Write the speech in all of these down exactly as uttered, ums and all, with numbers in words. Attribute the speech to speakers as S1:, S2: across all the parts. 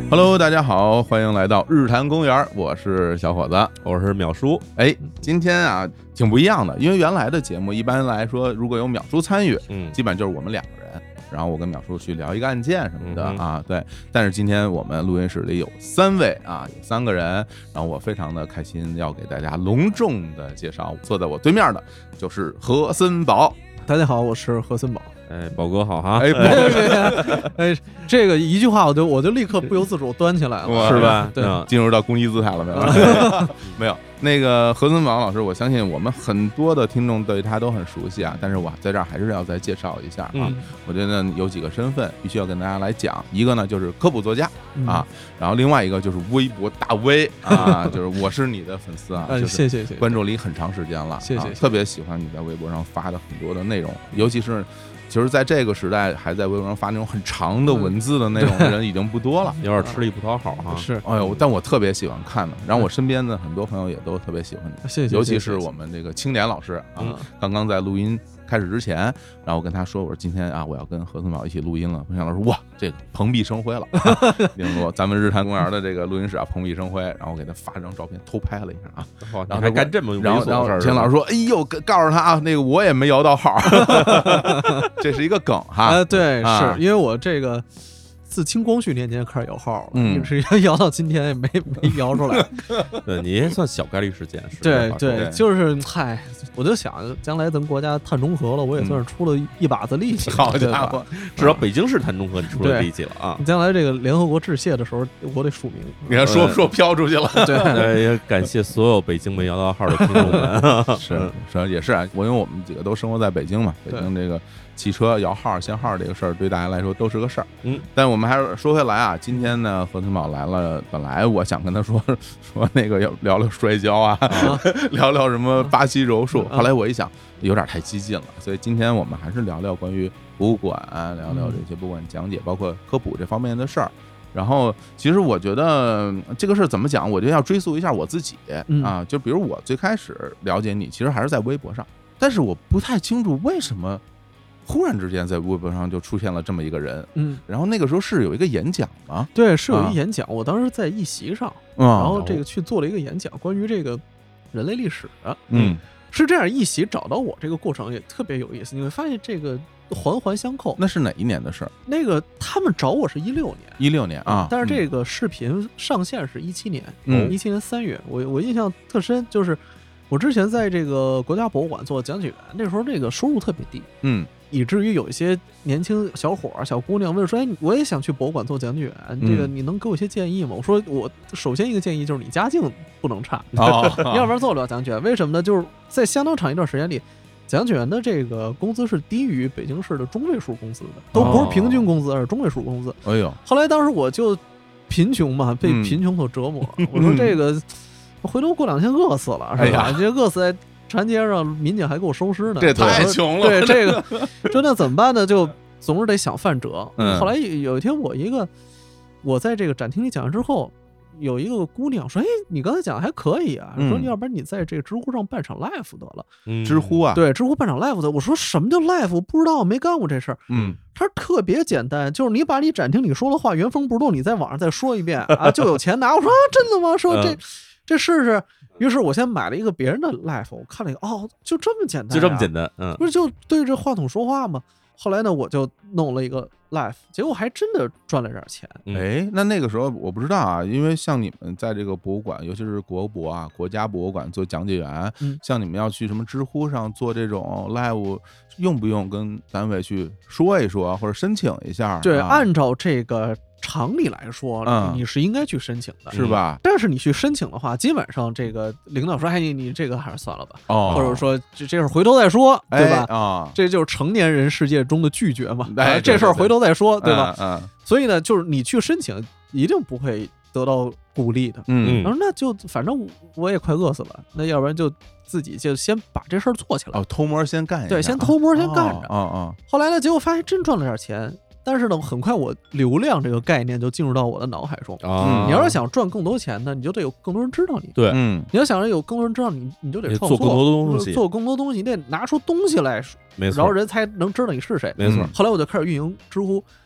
S1: Hello， 大家好，欢迎来到日坛公园，我是小伙子，
S2: 我是淼叔。
S1: 哎，今天啊挺不一样的，因为原来的节目一般来说，如果有淼叔参与，嗯，基本就是我们两个人，然后我跟淼叔去聊一个案件什么的、嗯、啊，对。但是今天我们录音室里有三位啊，有三个人，然后我非常的开心，要给大家隆重的介绍，坐在我对面的就是何森宝。
S3: 大家好，我是何森宝。
S2: 哎，宝哥好哈！
S1: 哎，
S3: 哎，这个一句话我就我就立刻不由自主端起来了，
S2: 是吧？
S3: 对，
S1: 进入到公益姿态了没有？没有。那个何森宝老师，我相信我们很多的听众对他都很熟悉啊，但是我在这儿还是要再介绍一下啊。嗯、我觉得有几个身份必须要跟大家来讲，一个呢就是科普作家啊，然后另外一个就是微博大 V 啊，就是我是你的粉丝啊，
S3: 嗯、谢谢谢谢，
S1: 关注你很长时间了，
S3: 谢谢，
S1: 啊、特别喜欢你在微博上发的很多的内容，尤其是。其实在这个时代还在微博上发那种很长的文字的那种人已经不多了，
S2: 有点吃力不讨好哈。
S3: 是，
S1: 哎呦，但我特别喜欢看的，然后我身边的很多朋友也都特别喜欢你，
S3: 谢谢，
S1: 尤其是我们这个青年老师啊，嗯、刚刚在录音开始之前，然后我跟他说，我说今天啊我要跟何森宝一起录音了，我想到说哇，这个蓬荜生辉了，比如说咱们日坛公园的这个录音室啊蓬荜生辉，然后我给他发张照片偷拍了一下啊，
S2: 然后还干这么
S1: 然后然后秦老师说，哎呦，告诉他啊，那个我也没摇到号，这是一个梗哈，
S3: 啊对，
S1: 啊、
S3: 是因为我这个。自清光绪年间开始摇号了，嗯，是摇到今天也没没摇出来。
S2: 对，你也算小概率事件，是
S3: 对对，就是嗨，我就想将来咱们国家碳中和了，我也算是出了一把子力气。
S1: 好家伙，
S2: 至少北京市碳中和你出了力气了啊！
S3: 将来这个联合国致谢的时候，我得署名。
S1: 你看说说飘出去了，
S3: 对，
S2: 也感谢所有北京没摇到号的听众们。
S1: 是是也是啊，我因为我们几个都生活在北京嘛，北京这个。汽车摇号限号这个事儿对大家来说都是个事儿，嗯，但我们还是说回来啊，今天呢，何森宝来了，本来我想跟他说说那个要聊聊摔跤啊，啊聊聊什么巴西柔术，后来我一想有点太激进了，所以今天我们还是聊聊关于博物馆，聊聊这些博物馆讲解，包括科普这方面的事儿。然后，其实我觉得这个事儿怎么讲，我觉得要追溯一下我自己啊，就比如我最开始了解你，其实还是在微博上，但是我不太清楚为什么。忽然之间在微博上就出现了这么一个人，嗯，然后那个时候是有一个演讲吗？
S3: 对，是有一演讲，啊、我当时在一席上，
S1: 嗯、
S3: 然后这个去做了一个演讲，关于这个人类历史的，
S1: 嗯，
S3: 是这样，一席找到我这个过程也特别有意思，你会发现这个环环相扣。
S1: 那是哪一年的事儿？
S3: 那个他们找我是一六年，
S1: 一六年啊，
S3: 但是这个视频上线是一七年，嗯，一七年三月，我我印象特深，就是我之前在这个国家博物馆做讲解员，那时候这个收入特别低，
S1: 嗯。
S3: 以至于有一些年轻小伙儿、小姑娘问说：“哎，我也想去博物馆做讲解员，这个你能给我一些建议吗？”我说：“我首先一个建议就是你家境不能差，
S1: 哦、
S3: 要不然做不了讲解员。为什么呢？就是在相当长一段时间里，讲解员的这个工资是低于北京市的中位数工资的，都不是平均工资，而是中位数工资。
S1: 哎呦，
S3: 后来当时我就贫穷嘛，被贫穷所折磨。嗯、我说这个，回头过两天饿死了，是吧？
S1: 哎、
S3: 这饿死在。”长街上民警还给我收尸呢，
S1: 这太穷了。
S3: 对这个，说那怎么办呢？就总是得想饭辙。
S1: 嗯、
S3: 后来有一天，我一个我在这个展厅里讲完之后，有一个姑娘说：“哎，你刚才讲的还可以啊，嗯、说要不然你在这个知乎上办场 live 得了。
S1: 嗯”知乎啊，
S3: 对，知乎办场 live 的。我说什么叫 live？ 我不知道，没干过这事儿。
S1: 嗯，
S3: 他说特别简单，就是你把你展厅里说的话原封不动，你在网上再说一遍啊，就有钱拿。我说、啊、真的吗？说这、嗯、这试试。于是我先买了一个别人的 live， 我看了一个，哦，就这么简单、啊，
S2: 就这么简单，嗯，
S3: 不是就对着话筒说话吗？后来呢，我就弄了一个 live， 结果还真的赚了点钱。
S1: 哎，那那个时候我不知道啊，因为像你们在这个博物馆，尤其是国博啊、国家博物馆做讲解员，嗯、像你们要去什么知乎上做这种 live， 用不用跟单位去说一说，或者申请一下？
S3: 对，
S1: 啊、
S3: 按照这个。常理来说，
S1: 嗯、
S3: 你是应该去申请的，
S1: 是吧？
S3: 但是你去申请的话，基本上这个领导说：“哎，你你这个还是算了吧。”
S1: 哦，
S3: 或者说这这事回头再说，对吧？
S1: 啊、哎哦，
S3: 这就是成年人世界中的拒绝嘛。
S1: 哎，
S3: 这事儿回头再说，对吧？
S1: 嗯。嗯
S3: 所以呢，就是你去申请，一定不会得到鼓励的。
S1: 嗯。
S3: 然后那就反正我也快饿死了，那要不然就自己就先把这事儿做起来。
S1: 哦，偷摸先干一下。
S3: 对，先偷摸先干着。
S1: 哦哦。
S3: 后来呢，结果发现真赚了点钱。但是呢，很快我流量这个概念就进入到我的脑海中。
S2: 啊，
S3: 你要是想赚更多钱呢，你就得有更多人知道你。
S2: 对，
S1: 嗯，
S3: 你要想让有更多人知道你，你就得创作
S2: 做更多东西，
S3: 做更多东西，你得拿出东西来，
S2: 没错，
S3: 然后人才能知道你是谁。
S2: 没错。
S3: 后来我就开始运营知乎，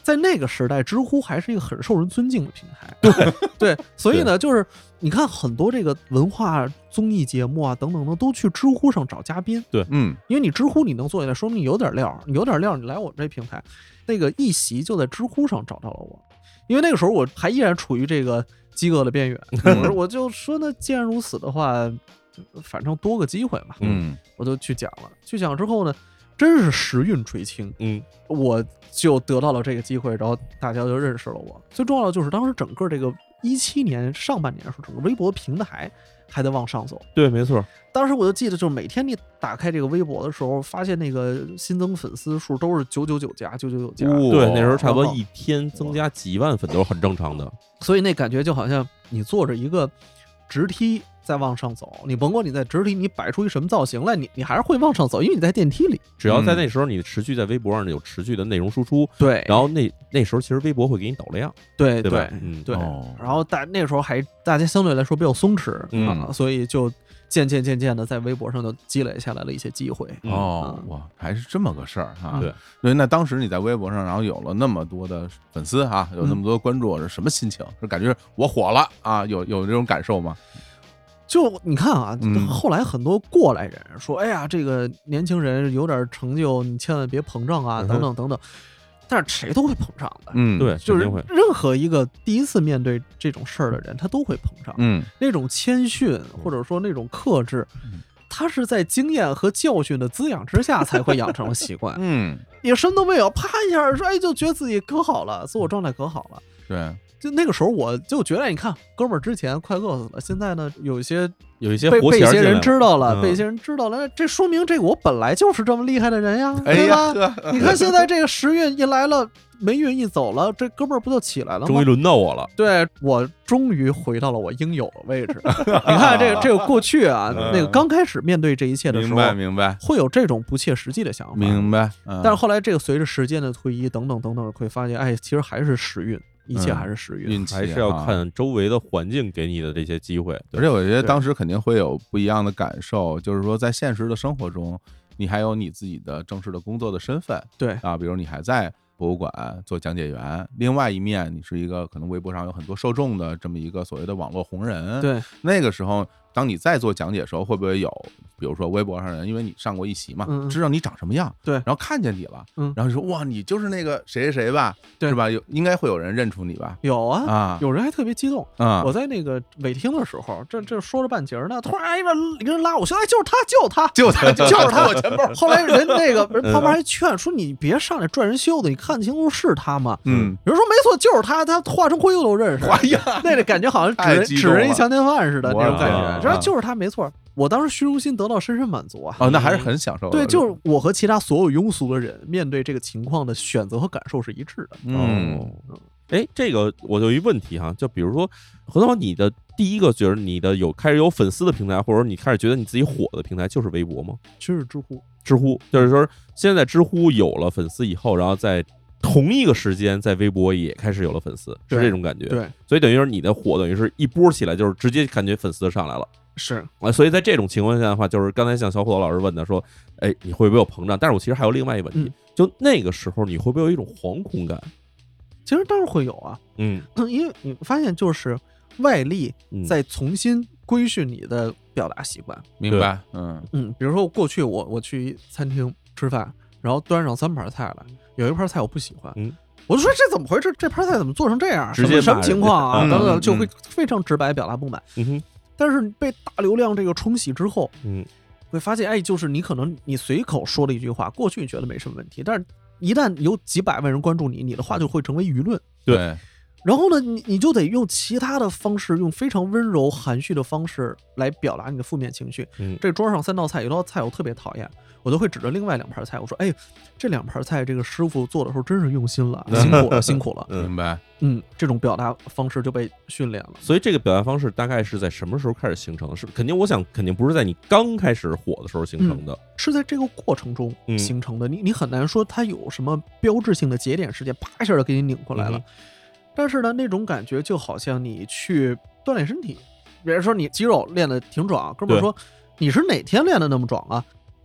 S3: 在那个时代，知乎还是一个很受人尊敬的平台。对对，所以呢，就是你看很多这个文化综艺节目啊等等的，都去知乎上找嘉宾。
S2: 对，
S1: 嗯，
S3: 因为你知乎你能做起来，说明你有点料，你有点料，你来我这平台。那个一席就在知乎上找到了我，因为那个时候我还依然处于这个饥饿的边缘。我我就说呢，既然如此的话，反正多个机会嘛，
S1: 嗯，
S3: 我就去讲了。去讲之后呢，真是时运垂青，
S2: 嗯，
S3: 我就得到了这个机会，然后大家就认识了我。最重要的就是当时整个这个一七年上半年的时候，整个微博平台还在往上走。
S2: 对，没错。
S3: 当时我就记得，就是每天你打开这个微博的时候，发现那个新增粉丝数都是九九九加，九九九加。
S2: 对，那时候差不多一天增加几万粉都是很正常的。
S3: 所以那感觉就好像你坐着一个直梯在往上走，你甭管你在直梯你摆出一什么造型来，你你还是会往上走，因为你在电梯里。
S2: 只要在那时候你持续在微博上有持续的内容输出，
S3: 对，
S2: 然后那那时候其实微博会给你导量，
S3: 对
S2: 对吧？
S3: 对，
S2: 嗯，
S3: 对。
S1: 哦、
S3: 然后大那时候还大家相对来说比较松弛、
S2: 嗯、
S3: 啊，所以就渐渐渐渐的在微博上就积累下来了一些机会。
S1: 哦，哇，还是这么个事儿哈。
S2: 对，
S1: 所以那当时你在微博上，然后有了那么多的粉丝哈，有那么多关注，是什么心情？是感觉我火了啊？有有这种感受吗？
S3: 就你看啊，
S1: 嗯、
S3: 后来很多过来人说：“哎呀，这个年轻人有点成就，你千万别膨胀啊，
S2: 嗯、
S3: 等等等等。”但是谁都会膨胀的，
S1: 嗯，
S2: 对，
S3: 就是任何一个第一次面对这种事儿的人，他都会膨胀。
S1: 嗯，
S3: 那种谦逊或者说那种克制，他是在经验和教训的滋养之下才会养成了习惯。
S1: 嗯，
S3: 你什么都没有，啪一下说，哎，就觉得自己可好了，自我状态可好了。
S1: 对。
S3: 就那个时候，我就觉得，你看，哥们儿之前快饿死了，现在呢，有一些
S2: 有一些
S3: 被被一些人知道了，
S2: 嗯、
S3: 被一些人知道了，这说明这个我本来就是这么厉害的人呀，
S1: 哎、
S3: 对吧？你看现在这个时运一来了，霉运一走了，这哥们儿不就起来了吗？
S2: 终于轮到我了，
S3: 对，我终于回到了我应有的位置。你看这个这个过去啊，
S1: 嗯、
S3: 那个刚开始面对这一切的时候，
S1: 明白明白，
S3: 会有这种不切实际的想法，
S1: 明白。嗯、
S3: 但是后来这个随着时间的推移，等等等等，会发现，哎，其实还是时运。一切还是时运，
S1: 运气
S2: 还是要看周围的环境给你的这些机会。
S1: 而且我觉得当时肯定会有不一样的感受，就是说在现实的生活中，你还有你自己的正式的工作的身份，
S3: 对
S1: 啊，比如你还在博物馆做讲解员，另外一面你是一个可能微博上有很多受众的这么一个所谓的网络红人，
S3: 对，
S1: 那个时候当你在做讲解的时候，会不会有比如说微博上人，因为你上过一席嘛，
S3: 嗯、
S1: 知道你长什么样，
S3: 对，
S1: 然后看见你了，
S3: 嗯，
S1: 然后说哇，你就是那个谁谁谁吧，
S3: 对，
S1: 是吧？有应该会有人认出你吧？
S3: 有啊，
S1: 啊，
S3: 有人还特别激动
S1: 啊！
S3: 我在那个尾听的时候，这这说着半截呢，突然一个一个人拉我，说哎，就是他，就是他，
S1: 就他，
S3: 就是他，
S1: 我前包。
S3: 后来人那个人旁边还劝说你别上来赚人袖子，你看清楚是他吗？
S1: 嗯，
S3: 有人说没错，就是他，他化成灰我都认识。
S1: 哎呀，
S3: 那个感觉好像指人指人一强奸犯似的那种感觉，说就是他没错。我当时虚荣心得到深深满足啊！
S1: 哦，那还是很享受的。
S3: 对，就是我和其他所有庸俗的人面对这个情况的选择和感受是一致的。
S1: 嗯，
S2: 哎，这个我就有一问题哈，就比如说，何总，你的第一个觉得你的有开始有粉丝的平台，或者你开始觉得你自己火的平台，就是微博吗？
S3: 其实是知乎，
S2: 知乎就是说，现在知乎有了粉丝以后，然后在同一个时间在微博也开始有了粉丝，是这种感觉。
S3: 对，
S2: 所以等于说你的火等于是一波起来，就是直接感觉粉丝就上来了。
S3: 是
S2: 啊，所以在这种情况下的话，就是刚才像小伙老师问的说，哎，你会不会有膨胀？但是我其实还有另外一个问题，
S3: 嗯、
S2: 就那个时候你会不会有一种惶恐感？
S3: 其实当然会有啊，
S2: 嗯，
S3: 因为你发现就是外力在重新规训你的表达习惯，
S1: 明白？嗯
S3: 嗯，比如说过去我我去餐厅吃饭，然后端上三盘菜来，有一盘菜我不喜欢，
S2: 嗯。
S3: 我就说这怎么回事？这盘菜怎么做成这样？
S2: 直接
S3: 什么情况啊？
S2: 嗯、
S3: 等等，就会非常直白表达不满。
S2: 嗯哼。
S3: 但是被大流量这个冲洗之后，
S2: 嗯，
S3: 会发现，哎，就是你可能你随口说了一句话，过去你觉得没什么问题，但是一旦有几百万人关注你，你的话就会成为舆论。
S1: 对。
S3: 然后呢，你你就得用其他的方式，用非常温柔含蓄的方式来表达你的负面情绪。
S2: 嗯，
S3: 这桌上三道菜，有道菜我特别讨厌，我都会指着另外两盘菜，我说：“哎，这两盘菜这个师傅做的时候真是用心了，辛苦了，辛苦了。”
S1: 明白？
S3: 嗯，这种表达方式就被训练了。
S2: 所以这个表达方式大概是在什么时候开始形成的？是肯定，我想肯定不是在你刚开始火的时候形成的，
S3: 嗯、是在这个过程中形成的。
S2: 嗯、
S3: 你你很难说它有什么标志性的节点事件，啪一下就给你拧过来了。嗯、但是呢，那种感觉就好像你去锻炼身体，比如说你肌肉练得挺壮，哥们儿说你是哪天练得那么壮啊？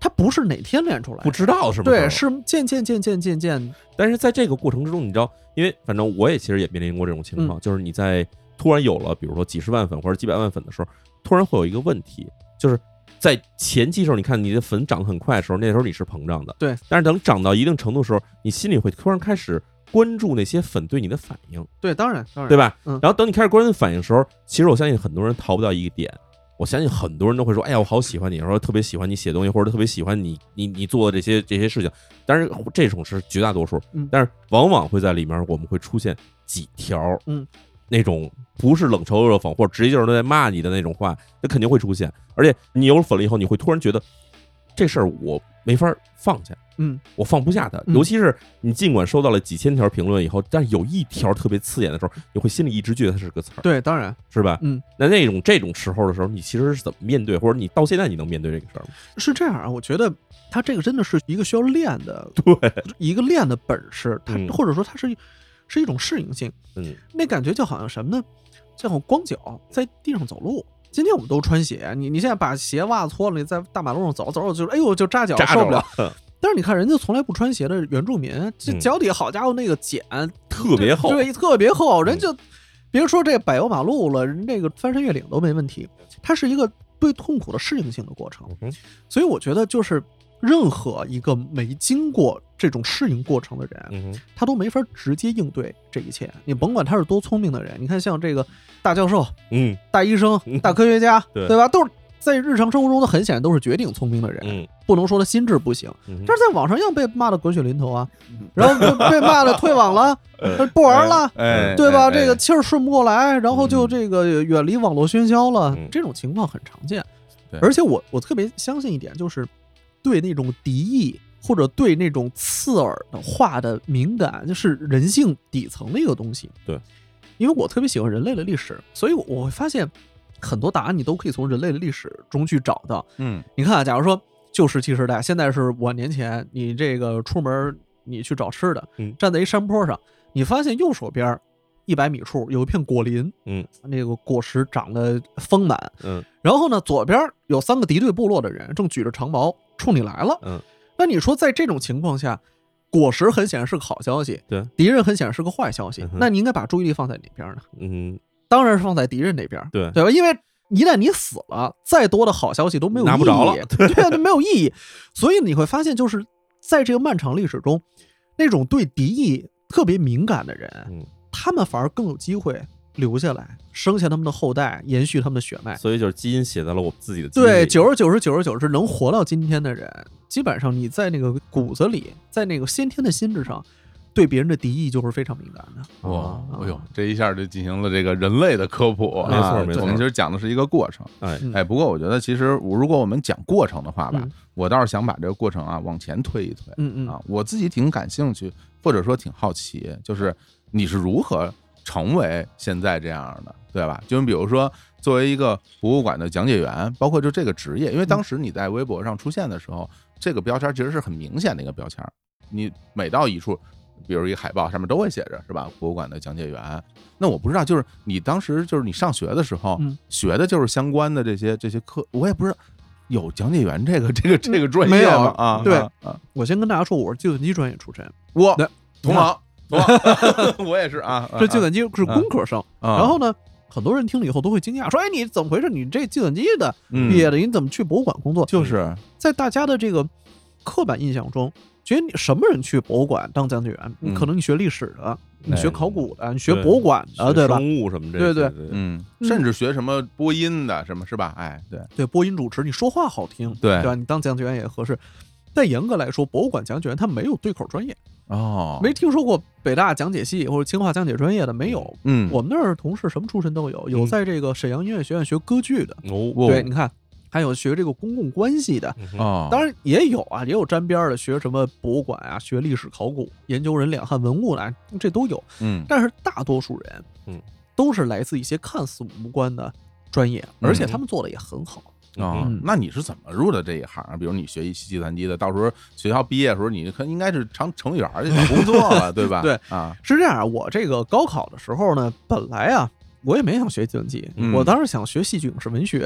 S3: 它不是哪天练出来的，
S2: 不知道是吗？
S3: 对，是渐渐渐渐渐渐。
S2: 但是在这个过程之中，你知道，因为反正我也其实也面临过这种情况，嗯、就是你在突然有了，比如说几十万粉或者几百万粉的时候，突然会有一个问题，就是在前期时候，你看你的粉涨得很快的时候，那时候你是膨胀的，
S3: 对。
S2: 但是等涨到一定程度的时候，你心里会突然开始关注那些粉对你的反应，
S3: 对，当然，当然，
S2: 对吧？
S3: 嗯。
S2: 然后等你开始关注反应的时候，其实我相信很多人逃不掉一个点。我相信很多人都会说：“哎呀，我好喜欢你，或者特别喜欢你写东西，或者特别喜欢你，你你做的这些这些事情。”但是这种是绝大多数，
S3: 嗯，
S2: 但是往往会在里面我们会出现几条，
S3: 嗯，
S2: 那种不是冷嘲热讽或者直接就是在骂你的那种话，那肯定会出现。而且你有了粉了以后，你会突然觉得这事儿我没法放下，
S3: 嗯，
S2: 我放不下它。
S3: 嗯、
S2: 尤其是你尽管收到了几千条评论以后，但是有一条特别刺眼的时候，你会心里一直觉得它是个词儿。
S3: 对，当然
S2: 是吧？
S3: 嗯，
S2: 那那种这种时候的时候，你其实是怎么面对，或者你到现在你能面对这个事儿吗？
S3: 是这样啊，我觉得它这个真的是一个需要练的，
S2: 对，
S3: 一个练的本事。它、
S2: 嗯、
S3: 或者说它是是一种适应性。
S2: 嗯，
S3: 那感觉就好像什么呢？就好像光脚在地上走路。今天我们都穿鞋，你你现在把鞋袜子脱了，你在大马路上走走走，就是哎呦就扎脚受不了。但是你看人家从来不穿鞋的原住民，这脚底好家伙那个茧、
S2: 嗯、特别厚，
S3: 对，特别厚，人就、嗯、别说这柏油马路了，人这个翻山越岭都没问题。它是一个对痛苦的适应性的过程，
S2: 嗯、
S3: 所以我觉得就是任何一个没经过这种适应过程的人，
S2: 嗯、
S3: 他都没法直接应对这一切。你甭管他是多聪明的人，你看像这个大教授、
S2: 嗯，
S3: 大医生、
S2: 嗯、
S3: 大科学家，
S2: 对
S3: 对吧？都是在日常生活中，他很显然都是绝顶聪明的人，
S2: 嗯，
S3: 不能说他心智不行，
S2: 嗯、
S3: 但是在网上要被骂的滚雪淋头啊，嗯、然后被被骂的退网了，
S2: 呃、
S3: 不玩了，
S1: 哎，
S3: 对吧？
S1: 哎、
S3: 这个气儿顺不过来，然后就这个远离网络喧嚣了，
S2: 嗯、
S3: 这种情况很常见。而且我我特别相信一点，就是对那种敌意或者对那种刺耳的话的敏感，就是人性底层的一个东西。
S2: 对，
S3: 因为我特别喜欢人类的历史，所以我会发现很多答案你都可以从人类的历史中去找到。
S1: 嗯，
S3: 你看啊，假如说旧石器时代，现在是五万年前，你这个出门你去找吃的，
S2: 嗯，
S3: 站在一山坡上，你发现右手边一百米处有一片果林，
S2: 嗯，
S3: 那个果实长得丰满，
S2: 嗯，
S3: 然后呢，左边有三个敌对部落的人正举着长矛冲你来了，
S2: 嗯，
S3: 那你说在这种情况下，果实很显然是个好消息，
S2: 对，
S3: 敌人很显然是个坏消息，
S2: 嗯、
S3: 那你应该把注意力放在哪边呢？
S2: 嗯，
S3: 当然是放在敌人那边，
S2: 对，
S3: 对吧？因为一旦你死了，再多的好消息都没有意义，
S2: 拿不着了，
S3: 对啊，都没有意义。所以你会发现，就是在这个漫长历史中，那种对敌意特别敏感的人，
S2: 嗯，
S3: 他们反而更有机会留下来，生下他们的后代，延续他们的血脉。
S2: 所以就是基因写在了我自己的基因里。
S3: 对，久而久之，久而久之，能活到今天的人，基本上你在那个骨子里，在那个先天的心智上，对别人的敌意就是非常敏感的。
S1: 哇，哎呦，这一下就进行了这个人类的科普，
S2: 没错没错。
S1: 我们其实讲的是一个过程，
S2: 哎
S1: 哎，不过我觉得其实如果我们讲过程的话吧，
S3: 嗯、
S1: 我倒是想把这个过程啊往前推一推，
S3: 嗯嗯
S1: 啊，我自己挺感兴趣，或者说挺好奇，就是你是如何成为现在这样的，对吧？就比如说作为一个博物馆的讲解员，包括就这个职业，因为当时你在微博上出现的时候，这个标签其实是很明显的一个标签，你每到一处，比如一个海报上面都会写着是吧，博物馆的讲解员。那我不知道，就是你当时就是你上学的时候、嗯、学的就是相关的这些这些课，我也不知道有讲解员这个这个这个专业吗？啊，
S3: 对
S1: 啊，
S3: 我先跟大家说，我是计算机专业出身，
S1: 我同行。我也是啊，
S3: 这计算机是工科生，啊、然后呢，很多人听了以后都会惊讶，说：“哎，你怎么回事？你这计算机的毕业的，你怎么去博物馆工作？”
S1: 就是
S3: 在大家的这个刻板印象中，觉得你什么人去博物馆当讲解员？
S1: 嗯、
S3: 可能你学历史的，你学考古的，你学博物馆的，对吧？
S2: 生物什么这，
S3: 对对，
S1: 嗯，甚至学什么播音的，什么是吧？哎，对
S3: 对，播音主持，你说话好听，
S1: 对
S3: 对吧？你当讲解员也合适。但严格来说，博物馆讲解员他没有对口专业。
S1: 哦，
S3: 没听说过北大讲解系或者清华讲解专业的没有。
S1: 嗯，
S3: 我们那儿同事什么出身都有，有在这个沈阳音乐学院学歌剧的，
S2: 哦，
S3: 对，你看，还有学这个公共关系的，
S1: 哦，
S3: 当然也有啊，也有沾边的，学什么博物馆啊，学历史考古，研究人两汉文物的，这都有。
S1: 嗯，
S3: 但是大多数人，
S2: 嗯，
S3: 都是来自一些看似无关的专业，而且他们做的也很好。
S1: 啊、哦，那你是怎么入的这一行？比如你学一计算机的，到时候学校毕业的时候，你可应该是成程序员去找工作了，对吧？
S3: 对
S1: 啊，
S3: 是这样。我这个高考的时候呢，本来啊，我也没想学计算机，
S1: 嗯、
S3: 我当时想学戏剧影视文学，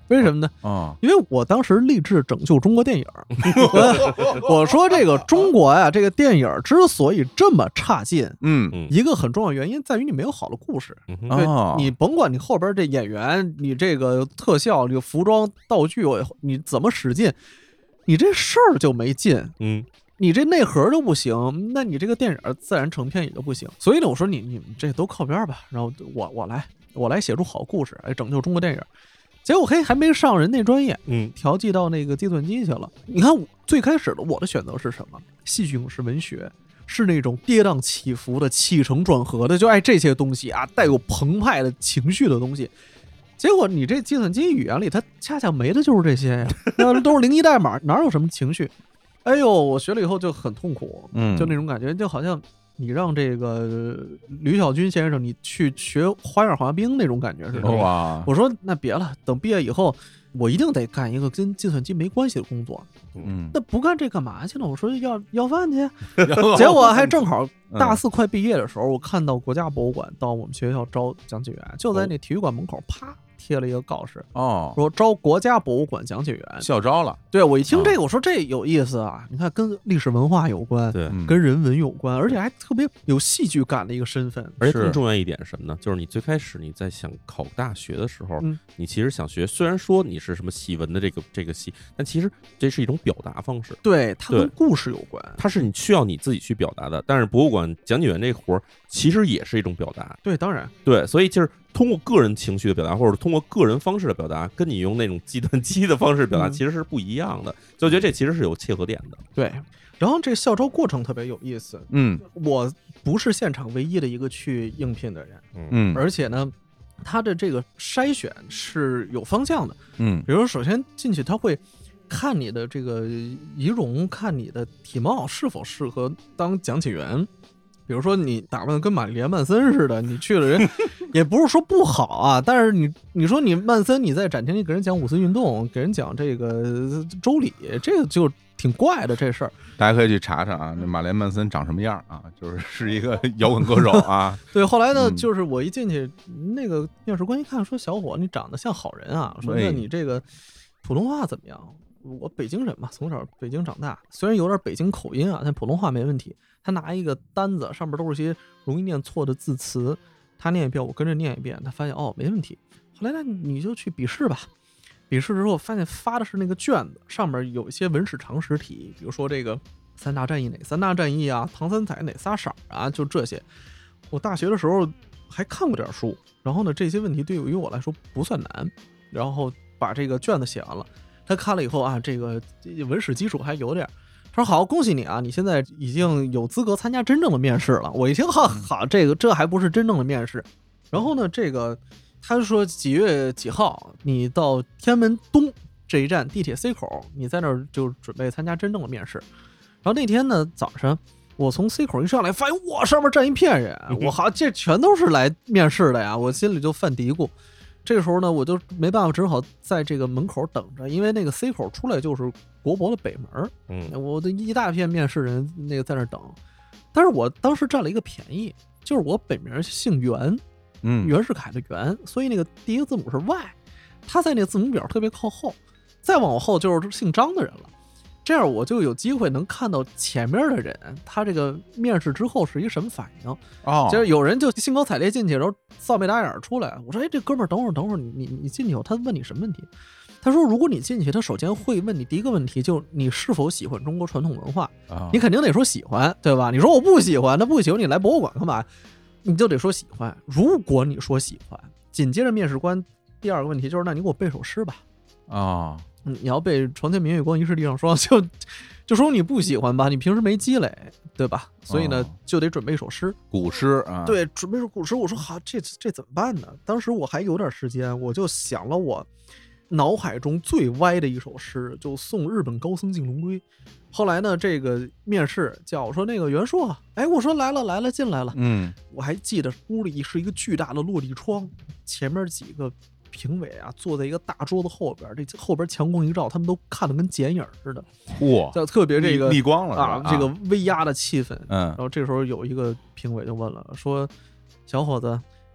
S3: 为什么呢？
S1: 啊，
S3: 因为我当时立志拯救中国电影。我说这个中国呀，这个电影之所以这么差劲，
S1: 嗯，
S3: 一个很重要原因在于你没有好的故事。对，你甭管你后边这演员，你这个特效、这个服装、道具，你怎么使劲，你这事儿就没劲。
S2: 嗯。
S3: 你这内核都不行，那你这个电影自然成片也就不行。所以呢，我说你你们这都靠边吧，然后我我来我来写出好故事，来拯救中国电影。结果嘿还没上人那专业，
S2: 嗯，
S3: 调剂到那个计算机去了。你看最开始的我的选择是什么？戏剧影视文学，是那种跌宕起伏的、起承转合的，就爱这些东西啊，带有澎湃的情绪的东西。结果你这计算机语言里，它恰恰没的就是这些呀，那都是零一代码，哪有什么情绪？哎呦，我学了以后就很痛苦，嗯，就那种感觉，就好像你让这个吕小军先生你去学花样滑冰那种感觉似的。哇！我说那别了，等毕业以后，我一定得干一个跟计算机没关系的工作。嗯，那不干这干嘛去了？我说要要饭去，结果还正好大四快毕业的时候，我看到国家博物馆到我们学校招讲解员，就在那体育馆门口，啪。贴了一个告示哦，说招国家博物馆讲解员，
S1: 校招了。
S3: 对，我一听这个，我说这有意思啊！你看，跟历史文化有关，
S2: 对，
S3: 跟人文有关，而且还特别有戏剧感的一个身份。
S2: 而且更重要一点是什么呢？就是你最开始你在想考大学的时候，嗯、你其实想学，虽然说你是什么戏文的这个这个戏，但其实这是一种表达方式。
S3: 对，它跟故事有关，
S2: 它是你需要你自己去表达的。但是博物馆讲解员这活儿其实也是一种表达。
S3: 对，当然，
S2: 对，所以就是。通过个人情绪的表达，或者通过个人方式的表达，跟你用那种计算机的方式表达，其实是不一样的。所以我觉得这其实是有切合点的。
S3: 对，然后这校招过程特别有意思。嗯，我不是现场唯一的一个去应聘的人。嗯，而且呢，他的这个筛选是有方向的。嗯，比如说首先进去他会看你的这个仪容，看你的体貌是否适合当讲解员。比如说你打扮的跟玛丽莲曼森似的，你去了人也不是说不好啊，但是你你说你曼森你在展厅里给人讲五四运动，给人讲这个周礼，这个就挺怪的这事儿。
S1: 大家可以去查查啊，那玛丽莲曼森长什么样啊？就是是一个摇滚歌手啊。
S3: 对，后来呢，嗯、就是我一进去，那个面试官一看说：“小伙，你长得像好人啊。”说：“那你这个普通话怎么样？”我北京人嘛，从小北京长大，虽然有点北京口音啊，但普通话没问题。他拿一个单子，上面都是些容易念错的字词，他念一遍，我跟着念一遍，他发现哦没问题。后来呢，你就去笔试吧。笔试之后发现发的是那个卷子，上面有一些文史常识题，比如说这个三大战役哪三大战役啊，唐三彩哪仨色啊，就这些。我大学的时候还看过点书，然后呢，这些问题对于我来说不算难，然后把这个卷子写完了。他看了以后啊，这个文史基础还有点。他说：“好，恭喜你啊！你现在已经有资格参加真正的面试了。”我一听，好好，这个这还不是真正的面试。然后呢，这个他说几月几号，你到天安门东这一站地铁 C 口，你在那儿就准备参加真正的面试。然后那天呢早上，我从 C 口一上来，发现哇，上面站一片人，我好，这全都是来面试的呀！我心里就犯嘀咕。这个时候呢，我就没办法，只好在这个门口等着，因为那个 C 口出来就是国博的北门。嗯，我的一大片面试人那个在那等，但是我当时占了一个便宜，就是我本名姓袁，嗯，袁世凯的袁，所以那个第一个字母是 Y， 他在那个字母表特别靠后，再往后就是姓张的人了。这样我就有机会能看到前面的人，他这个面试之后是一个什么反应。哦，就是有人就兴高采烈进去，然后臊眉打眼出来。我说：“哎，这哥们儿，等会儿，等会儿，你你你进去以后，他问你什么问题？”他说：“如果你进去，他首先会问你第一个问题，就你是否喜欢中国传统文化。哦、你肯定得说喜欢，对吧？你说我不喜欢，那不喜欢你来博物馆干嘛？你就得说喜欢。如果你说喜欢，紧接着面试官第二个问题就是，那你给我背首诗吧。啊、哦。”嗯，你要背床前明月光，疑是地上霜，就就说你不喜欢吧，你平时没积累，对吧？所以呢，哦、就得准备一首诗，
S1: 古诗啊。
S3: 对，准备首古诗。我说好，这这怎么办呢？当时我还有点时间，我就想了我脑海中最歪的一首诗，就送日本高僧进龙龟。后来呢，这个面试叫我说那个袁硕，哎，我说来了来了，进来了。嗯，我还记得屋里是一个巨大的落地窗，前面几个评委啊，坐在一个大桌子后边，这后边强光一照，他们都看得跟剪影似的，哇，就特别这个
S1: 逆光了
S3: 啊，这个微压的气氛。嗯，然后这时候有一个评委就问了，说：“小伙子，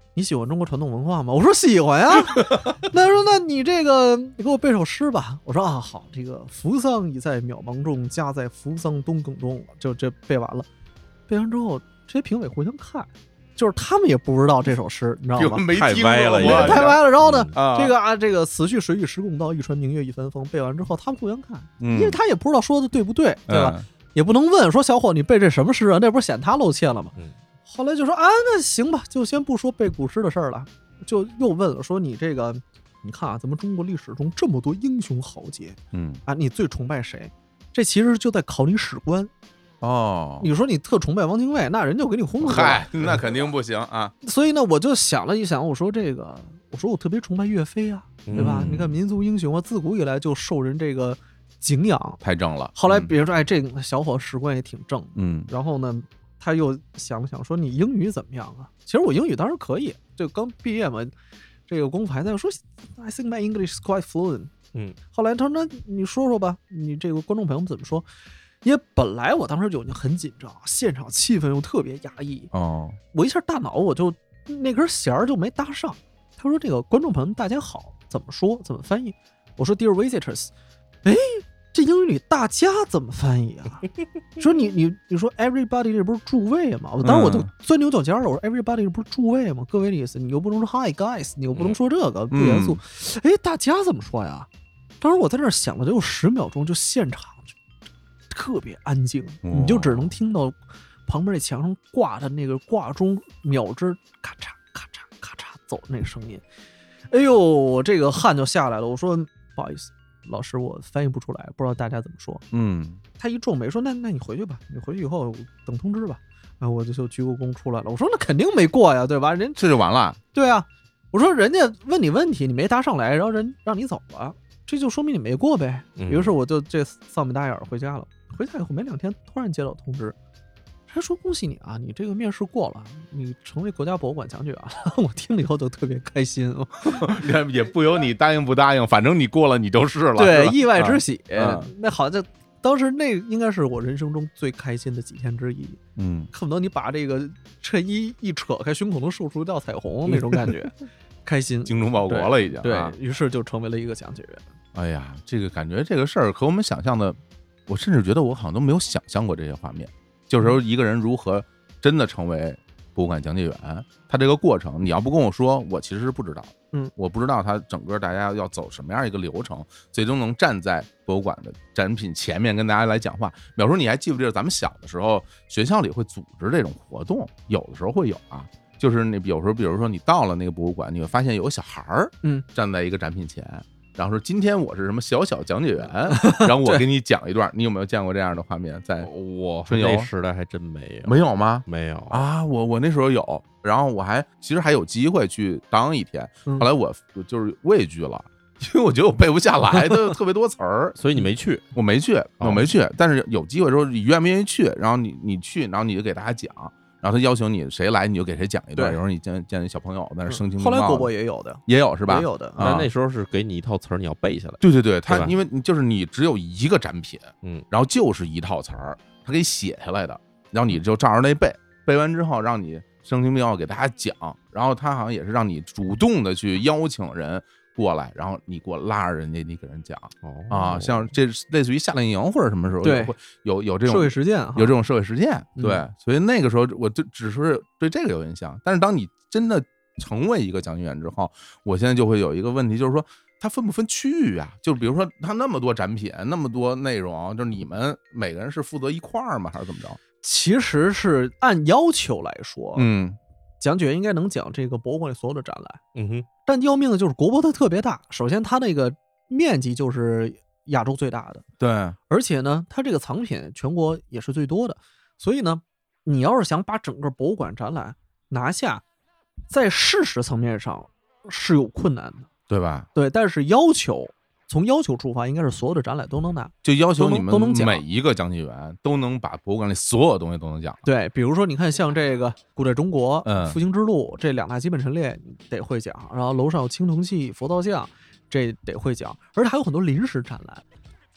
S3: 你喜欢中国传统文化吗？我说喜欢呀。那说那你这个你给我背首诗吧。我说啊好，这个扶桑已在渺茫中，家在扶桑东埂中，就这背完了。背完之后，这些评委互相看。就是他们也不知道这首诗，你知道吗？
S2: 太歪了，
S3: 太歪了。然后呢，
S1: 嗯、
S3: 这个啊，这个死去水与石共道，一船明月一帆风。背完之后，他们互相看，
S1: 嗯、
S3: 因为他也不知道说的对不对，对吧？
S1: 嗯、
S3: 也不能问说小伙你背这什么诗啊？那不是显他露怯了吗？
S2: 嗯、
S3: 后来就说啊，那行吧，就先不说背古诗的事儿了，就又问了说你这个，你看啊，咱们中国历史中这么多英雄豪杰，
S1: 嗯
S3: 啊，你最崇拜谁？这其实就在考你史观。
S1: 哦，
S3: 你说你特崇拜汪精卫，那人就给你轰了。
S1: 嗨，那肯定不行啊。
S3: 所以呢，我就想了一想，我说这个，我说我特别崇拜岳飞啊，对吧？
S2: 嗯、
S3: 你看民族英雄啊，自古以来就受人这个敬仰，
S1: 太正了。
S3: 后来别人说，哎，这个小伙史观也挺正。
S1: 嗯，
S3: 然后呢，他又想了想，说你英语怎么样啊？其实我英语当然可以，就刚毕业嘛，这个功夫还在。我说 I think my English is quite fluent。
S2: 嗯，
S3: 后来他说，那你说说吧，你这个观众朋友们怎么说？因为本来我当时就已经很紧张，现场气氛又特别压抑。
S1: 哦，
S3: 我一下大脑我就那根弦儿就没搭上。他说：“这个观众朋友们大家好，怎么说？怎么翻译？”我说 ：“Dear visitors。”哎，这英语里大家怎么翻译啊？说你你你说 everybody 这不是诸位吗？我当时我就钻牛角尖了。我说 everybody 这不是诸位吗？各位的意思，你又不能说 hi guys， 你又不能说这个不严肃。哎，大家怎么说呀？当时我在那儿想了得有十秒钟，就现场。特别安静，你就只能听到旁边那墙上挂的那个挂钟秒针咔嚓咔嚓咔嚓走那个声音。哎呦，这个汗就下来了。我说不好意思，老师，我翻译不出来，不知道大家怎么说。
S1: 嗯，
S3: 他一皱眉说：“那那你回去吧，你回去以后等通知吧。”然后我就就鞠个躬出来了。我说：“那肯定没过呀，对吧？人
S1: 这就完了。”
S3: 对啊，我说人家问你问题，你没答上来，然后人让你走了，这就说明你没过呗。于是我就这丧眉大眼回家了。回家以后没两天，突然接到通知，他说恭喜你啊，你这个面试过了，你成为国家博物馆讲解员了。我听了以后就特别开心，
S1: 也不由你答应不答应，反正你过了，你就是了。
S3: 对，意外之喜。
S1: 啊、
S3: 那好像当时那应该是我人生中最开心的几天之一。
S1: 嗯，
S3: 恨不得你把这个衬衣一扯开，胸口能射出一道彩虹那种感觉，开心，
S1: 精忠报国了已经。
S3: 对、
S1: 啊、
S3: 于是就成为了一个讲解员。
S1: 哎呀，这个感觉这个事儿和我们想象的。我甚至觉得我好像都没有想象过这些画面，就是说一个人如何真的成为博物馆讲解员，他这个过程，你要不跟我说，我其实是不知道。
S3: 嗯，
S1: 我不知道他整个大家要走什么样一个流程，最终能站在博物馆的展品前面跟大家来讲话。比如说，你还记不记得咱们小的时候，学校里会组织这种活动，有的时候会有啊，就是那有时候，比如说你到了那个博物馆，你会发现有个小孩儿，
S3: 嗯，
S1: 站在一个展品前。然后说今天我是什么小小讲解员，然后我给你讲一段。你有没有见过这样的画面？在
S2: 我
S1: 春游
S2: 时代还真没有，
S1: 没有吗？
S2: 没有
S1: 啊，我我那时候有，然后我还其实还有机会去当一天，后来我就是畏惧了，因为我觉得我背不下来的特别多词儿，
S2: 所以你没去，
S1: 我没去，我没去。但是有机会说你愿不愿意去，然后你你去，然后你就给大家讲。然后他邀请你谁来，你就给谁讲一段。有时候你见见小朋友在那声情并茂。
S3: 后来国博也有的，
S1: 也有是吧？
S3: 也有的。
S2: 但那时候是给你一套词儿，你要背下来。
S1: 对对对，他因为你就是你只有一个展品，
S2: 嗯，
S1: 然后就是一套词儿，他给写下来的，然后你就照着那背，背完之后让你声情并茂给大家讲，然后他好像也是让你主动的去邀请人过来，然后你给我拉着人家，你给人讲、
S2: 哦、
S1: 啊，像这类似于夏令营或者什么时候
S3: 对
S1: 会有有这种
S3: 社会实践，
S1: 有这种社会实践，对、
S3: 嗯，
S1: 所以那个时候我就只是对这个有印象，但是当你真的成为一个讲解员之后，我现在就会有一个问题，就是说它分不分区域啊？就比如说它那么多展品，那么多内容，就是你们每个人是负责一块儿吗？还是怎么着？
S3: 其实是按要求来说，
S1: 嗯。
S3: 讲解员应该能讲这个博物馆里所有的展览，
S2: 嗯哼，
S3: 但要命的就是国博它特别大，首先它那个面积就是亚洲最大的，
S1: 对，
S3: 而且呢，它这个藏品全国也是最多的，所以呢，你要是想把整个博物馆展览拿下，在事实层面上是有困难的，
S1: 对吧？
S3: 对，但是要求从要求出发，应该是所有的展览都能拿，
S1: 就要求你们
S3: 都能讲，
S1: 每一个讲解员都能把博物馆里所有东西都能讲。
S3: 对，比如说你看像这个古代中国、
S1: 嗯、
S3: 复兴之路这两大基本陈列你得会讲，然后楼上有青铜器、佛道像，这得会讲，而且还有很多临时展览。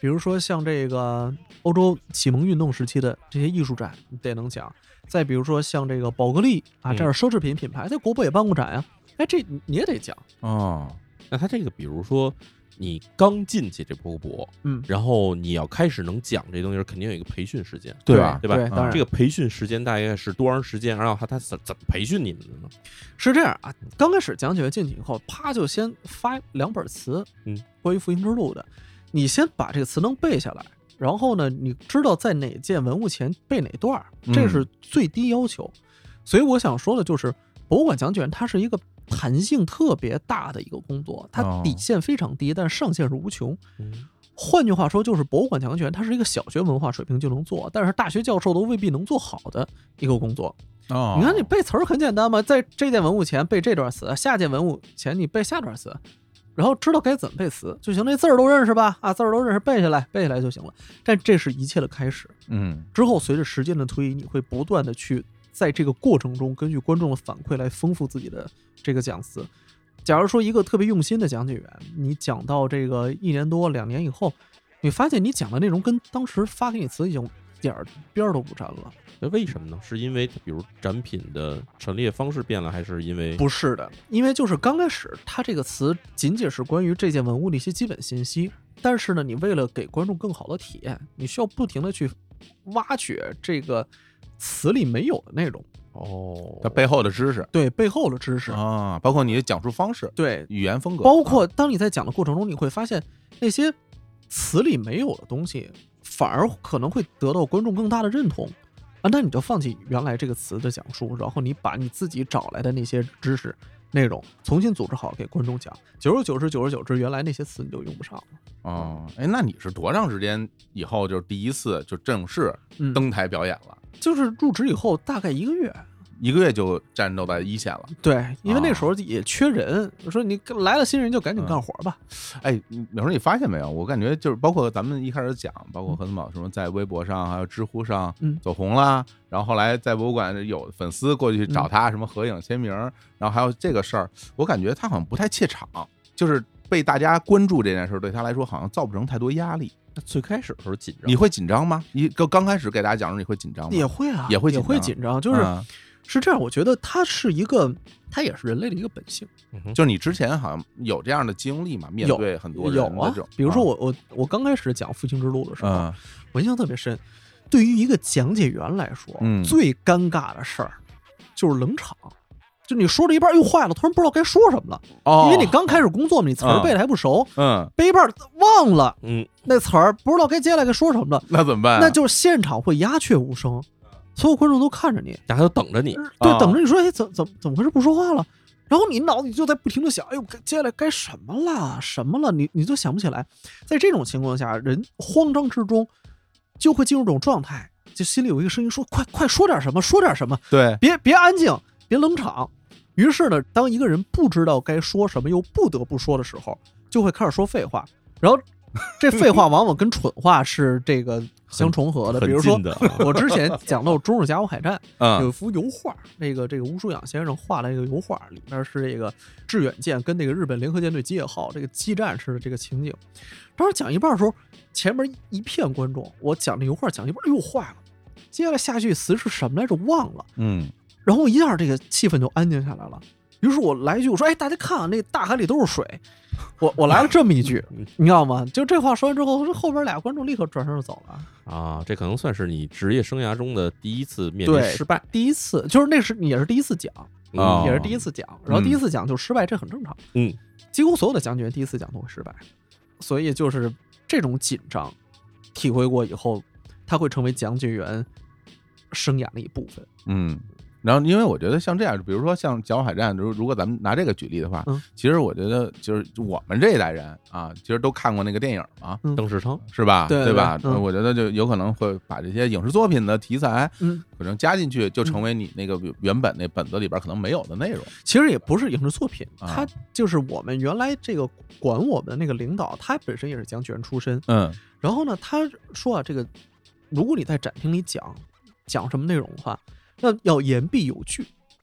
S3: 比如说像这个欧洲启蒙运动时期的这些艺术展，你得能讲。再比如说像这个宝格丽啊，这样奢侈品品牌，在国博也办过展呀。哎，这你也得讲
S1: 哦。
S2: 那他这个，比如说你刚进去这博博，嗯，然后你要开始能讲这东西，肯定有一个培训时间，
S3: 对
S2: 吧？对吧？
S3: 对，当然，
S2: 这个培训时间大概是多长时间？然后他他怎怎么培训你们的呢？
S3: 是这样啊，刚开始讲解员进去以后，啪就先发两本词，嗯，关于复兴之路的，你先把这个词能背下来。然后呢，你知道在哪件文物前背哪段，这是最低要求。嗯、所以我想说的就是，博物馆讲解员它是一个弹性特别大的一个工作，它底线非常低，哦、但上限是无穷。嗯、换句话说，就是博物馆讲解员它是一个小学文化水平就能做，但是大学教授都未必能做好的一个工作。
S1: 哦，
S3: 你看你背词儿很简单嘛，在这件文物前背这段词，下件文物前你背下段词。然后知道该怎么背词就行，那字儿都认识吧？啊，字儿都认识，背下来，背下来就行了。但这是一切的开始。
S1: 嗯，
S3: 之后随着时间的推移，你会不断的去在这个过程中，根据观众的反馈来丰富自己的这个讲词。假如说一个特别用心的讲解员，你讲到这个一年多、两年以后，你发现你讲的内容跟当时发给你词已经点儿边儿都不沾了。
S2: 那为什么呢？是因为比如展品的陈列方式变了，还是因为？
S3: 不是的，因为就是刚开始它这个词仅仅是关于这件文物的一些基本信息，但是呢，你为了给观众更好的体验，你需要不停的去挖掘这个词里没有的内容。
S1: 哦，它背后的知识，
S3: 对背后的知识
S1: 啊，包括你的讲述方式，
S3: 对语
S1: 言风格，
S3: 包括当你在讲的过程中，你会发现那些词里没有的东西，反而可能会得到观众更大的认同。啊，那你就放弃原来这个词的讲述，然后你把你自己找来的那些知识内容重新组织好给观众讲，久而久之，久而久之，原来那些词你就用不上了。
S1: 哦，哎，那你是多长时间以后就是第一次就正式登台表演了？
S3: 嗯、就是入职以后大概一个月。
S1: 一个月就战斗在一线了，
S3: 对，因为那时候也缺人，我、哦、说你来了新人就赶紧干活吧。
S1: 嗯、哎，有时候你发现没有？我感觉就是包括咱们一开始讲，包括何森堡什么在微博上还有知乎上走红啦，嗯、然后后来在博物馆有粉丝过去找他什么合影签名，嗯、然后还有这个事儿，我感觉他好像不太怯场，就是被大家关注这件事对他来说好像造不成太多压力。
S2: 那最开始的时候紧张，
S1: 你会紧张吗？你刚开始给大家讲的时候你会紧张吗？
S3: 也会啊，
S1: 也会
S3: 也会紧张，就是。嗯是这样，我觉得它是一个，它也是人类的一个本性。
S1: 嗯、就是你之前好像有这样的经历嘛？面对很多人
S3: 有啊，比如说我我我刚开始讲复兴之路的时候，嗯、我印象特别深。对于一个讲解员来说，嗯、最尴尬的事儿就是冷场。就你说着一半又坏了，突然不知道该说什么了。哦，因为你刚开始工作嘛，你词儿背的还不熟，
S1: 嗯，
S3: 背一半忘了，嗯，那词儿不知道该接下来该说什么了，
S1: 那怎么办、啊？
S3: 那就是现场会鸦雀无声。所有观众都看着你，
S2: 大家都等着你，
S3: 对，等着你说，哎，怎怎怎么回事不说话了？然后你脑子里就在不停的想，哎呦，接下来该什么了？什么了？你你就想不起来。在这种情况下，人慌张之中就会进入这种状态，就心里有一个声音说：“快快说点什么，说点什么。”
S1: 对，
S3: 别别安静，别冷场。于是呢，当一个人不知道该说什么又不得不说的时候，就会开始说废话，然后。这废话往往跟蠢话是这个相重合的，比如说我之前讲到中日甲午海战，
S1: 嗯、
S3: 有一幅油画，那个这个吴书养先生画了一个油画，里面是这个致远舰跟那个日本联合舰队基野号这个激战式的这个情景。当时讲一半的时候，前面一片观众，我讲这油画讲一半，哎呦坏了，接下来下句词是什么来着忘了，
S1: 嗯，
S3: 然后一下这个气氛就安静下来了。于是我来一句，我说：“哎，大家看啊，那大海里都是水。”我我来了这么一句，你知道吗？就这话说完之后，后边俩观众立刻转身就走了。
S2: 啊，这可能算是你职业生涯中的第一次面临失败，
S3: 第一次就是那是也是第一次讲，
S1: 嗯、
S3: 也是第一次讲，然后第一次讲就失败，这很正常。
S2: 嗯，
S3: 几乎所有的讲解员第一次讲都会失败，所以就是这种紧张，体会过以后，它会成为讲解员生涯的一部分。
S1: 嗯。然后，因为我觉得像这样，比如说像甲午海战，如如果咱们拿这个举例的话，
S3: 嗯、
S1: 其实我觉得就是我们这一代人啊，其实都看过那个电影嘛，
S3: 嗯、
S2: 邓世昌
S1: 是吧？
S3: 对对
S1: 吧？
S3: 嗯、
S1: 我觉得就有可能会把这些影视作品的题材，
S3: 嗯，
S1: 可能加进去，就成为你那个原本那本子里边可能没有的内容。
S3: 其实也不是影视作品，
S1: 啊、
S3: 它就是我们原来这个管我们的那个领导，他本身也是讲解员出身，
S1: 嗯，
S3: 然后呢，他说啊，这个如果你在展厅里讲讲什么内容的话，那要言必有据。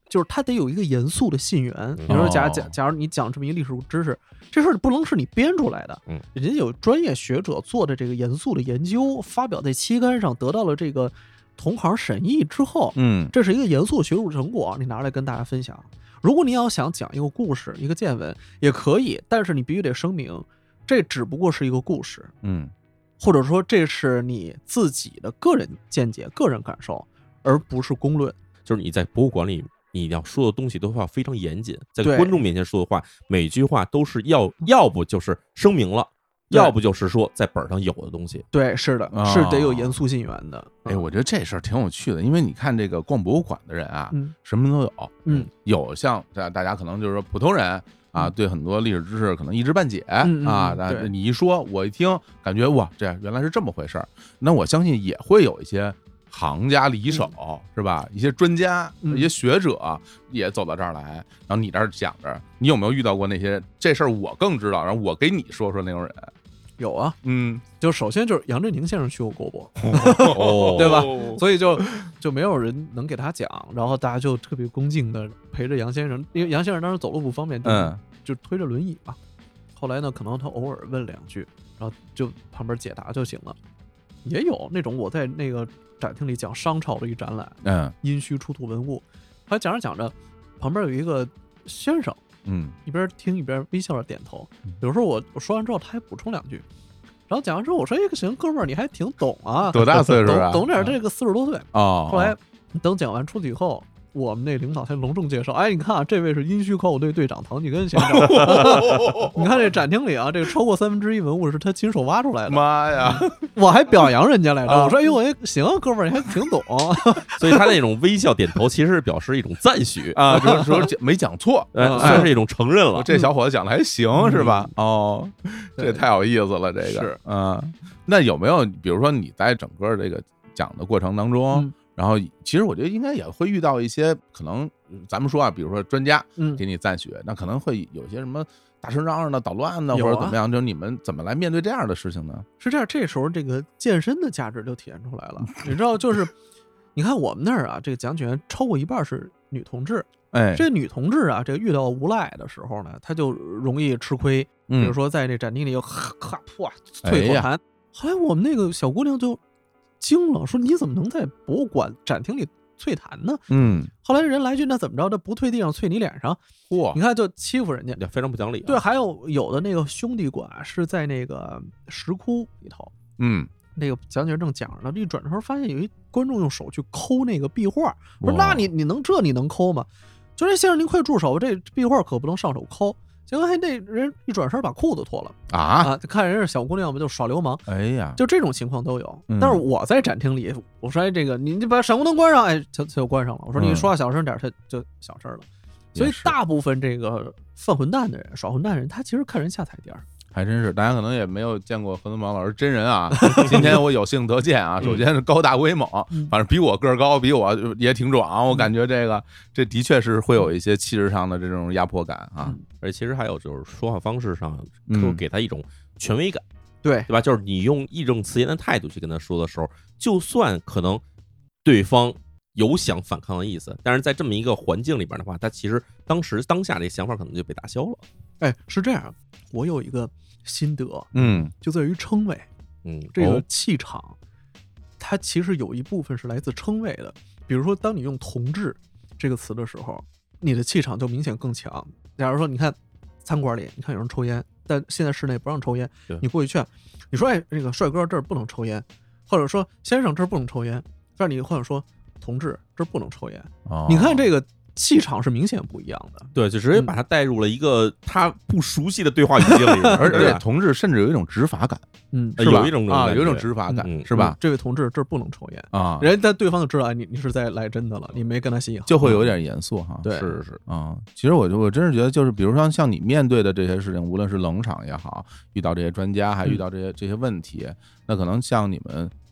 S3: 就是他得有一个严肃的信源。比如说假假假如你讲这么一个历史知识，这事儿不能是你编出来的，
S2: 嗯，
S3: 人家有专业学者做的这个严肃的研究，发表在期刊上，得到了这个同行审议之后，
S1: 嗯，
S3: 这是一个严肃的学术成果，你拿来跟大家分享。如果你要想讲一个故事、一个见闻也可以，但是你必须得声明，这只不过是一个故事，
S1: 嗯，
S3: 或者说这是你自己的个人见解、个人感受，而不是公论。
S2: 就是你在博物馆里，你要说的东西都要非常严谨，在观众面前说的话，每句话都是要要不就是声明了，要不就是说在本上有的东西。
S3: 对，是的，
S1: 哦、
S3: 是得有严肃信源的。
S1: 哎，我觉得这事儿挺有趣的，因为你看这个逛博物馆的人啊，
S3: 嗯、
S1: 什么都有，
S3: 嗯，
S1: 有像大家可能就是说普通人啊，对很多历史知识可能一知半解、
S3: 嗯、
S1: 啊，那你一说，我一听，感觉哇，这原来是这么回事儿。那我相信也会有一些行家里手、嗯、是吧？一些专家、
S3: 嗯、
S1: 一些学者也走到这儿来，然后你这儿讲着，你有没有遇到过那些这事儿我更知道，然后我给你说说那种人？
S3: 有啊，
S1: 嗯，
S3: 就首先就是杨振宁先生去过国博，
S2: 哦、
S3: 对吧？所以就就没有人能给他讲，然后大家就特别恭敬的陪着杨先生，因为杨先生当时走路不方便，
S1: 嗯，
S3: 就推着轮椅嘛。后来呢，可能他偶尔问两句，然后就旁边解答就行了。也有那种我在那个展厅里讲商朝的一展览，
S1: 嗯，
S3: 殷墟出土文物，他讲着讲着，旁边有一个先生。
S1: 嗯，
S3: 一边听一边微笑着点头。有时候我我说完之后，他还补充两句，然后讲完之后，我说：“哎，行，哥们儿，你还挺懂啊，
S1: 多大岁数啊？
S3: 懂懂点这个四十多岁
S1: 哦。”
S3: 后来等讲完出去以后，我们那领导才隆重介绍：“哎，你看啊，这位是殷墟考古队队长唐继根先生。你看这展厅里啊，这个超过三分之一文物是他亲手挖出来的。”
S1: 妈呀！
S3: 我还表扬人家来着，我说：“哎呦，哎，行啊，哥们儿，你还挺懂。”
S2: 所以他那种微笑点头，其实是表示一种赞许
S1: 啊，说说没讲错，
S2: 哎，算是一种承认了。
S1: 这小伙子讲的还行，是吧？哦，这太有意思了，这个
S3: 是
S1: 嗯。那有没有比如说你在整个这个讲的过程当中？
S3: 嗯
S1: 然后，其实我觉得应该也会遇到一些可能，咱们说啊，比如说专家给你赞许，嗯、那可能会有些什么大声嚷嚷的、捣乱的，
S3: 啊、
S1: 或者怎么样，就是你们怎么来面对这样的事情呢？
S3: 是这样，这时候这个健身的价值就体现出来了。你知道，就是你看我们那儿啊，这个讲解员超过一半是女同志，
S1: 哎，
S3: 这女同志啊，这个遇到无赖的时候呢，她就容易吃亏。比如说在这展厅里又咔咔噗啐口痰，后来我们那个小姑娘就惊了，说你怎么能在博物馆展厅里啐痰呢？
S1: 嗯，
S3: 后来人来句那怎么着？这不啐地上啐你脸上，
S1: 哇！
S3: 你看就欺负人家，
S2: 非常不讲理、啊。
S3: 对，还有有的那个兄弟馆是在那个石窟里头，
S1: 嗯，
S3: 那个讲解正讲着呢，一转头发现有一观众用手去抠那个壁画，我说那你你能这你能抠吗？就说先生您快住手，这壁画可不能上手抠。结果还那人一转身把裤子脱了
S1: 啊
S3: 啊！看人是小姑娘嘛，就耍流氓。
S1: 哎呀，
S3: 就这种情况都有。
S1: 嗯、
S3: 但是我在展厅里，我说哎，这个你你把闪光灯关上，哎，他他就关上了。我说你说话小声点，他就小声了。所以大部分这个犯混蛋的人、耍混蛋的人，他其实看人下菜碟儿。
S1: 还真是，大家可能也没有见过何东宝老师真人啊。今天我有幸得见啊，首先是高大威猛，反正比我个儿高，比我也挺壮。我感觉这个这的确是会有一些气质上的这种压迫感啊。
S3: 嗯、
S2: 而且其实还有就是说话方式上，会给他一种权威感，
S3: 对
S2: 对吧？就是你用义正辞严的态度去跟他说的时候，就算可能对方有想反抗的意思，但是在这么一个环境里边的话，他其实当时当下这个想法可能就被打消了。
S3: 哎，是这样，我有一个心得，
S1: 嗯，
S3: 就在于称谓，
S2: 嗯，
S3: 这个气场，哦、它其实有一部分是来自称谓的。比如说，当你用同志这个词的时候，你的气场就明显更强。假如说，你看餐馆里，你看有人抽烟，但现在室内不让抽烟，你过去劝，你说，哎，那个帅哥这儿不能抽烟，或者说先生这儿不能抽烟，让你或者说同志这儿不能抽烟，
S1: 哦、
S3: 你看这个。气场是明显不一样的，
S2: 对，就直接把他带入了一个他不熟悉的对话语境里，
S1: 而而且同志甚至有一种执法感，
S3: 嗯，
S1: 是吧？
S2: 有一种
S1: 啊，有一种执法感，
S3: 嗯、
S1: 是吧、
S3: 嗯？这位同志这儿不能抽烟
S1: 啊，
S3: 人家对方就知道，你你是在来真的了，你没跟他信好，
S1: 就会有点严肃哈。
S3: 对，
S1: 是是啊。其实我我真是觉得，就是比如说像你面对的这些事情，无论是冷场也好，遇到这些专家，还遇到这些、嗯、这些问题，那可能像你们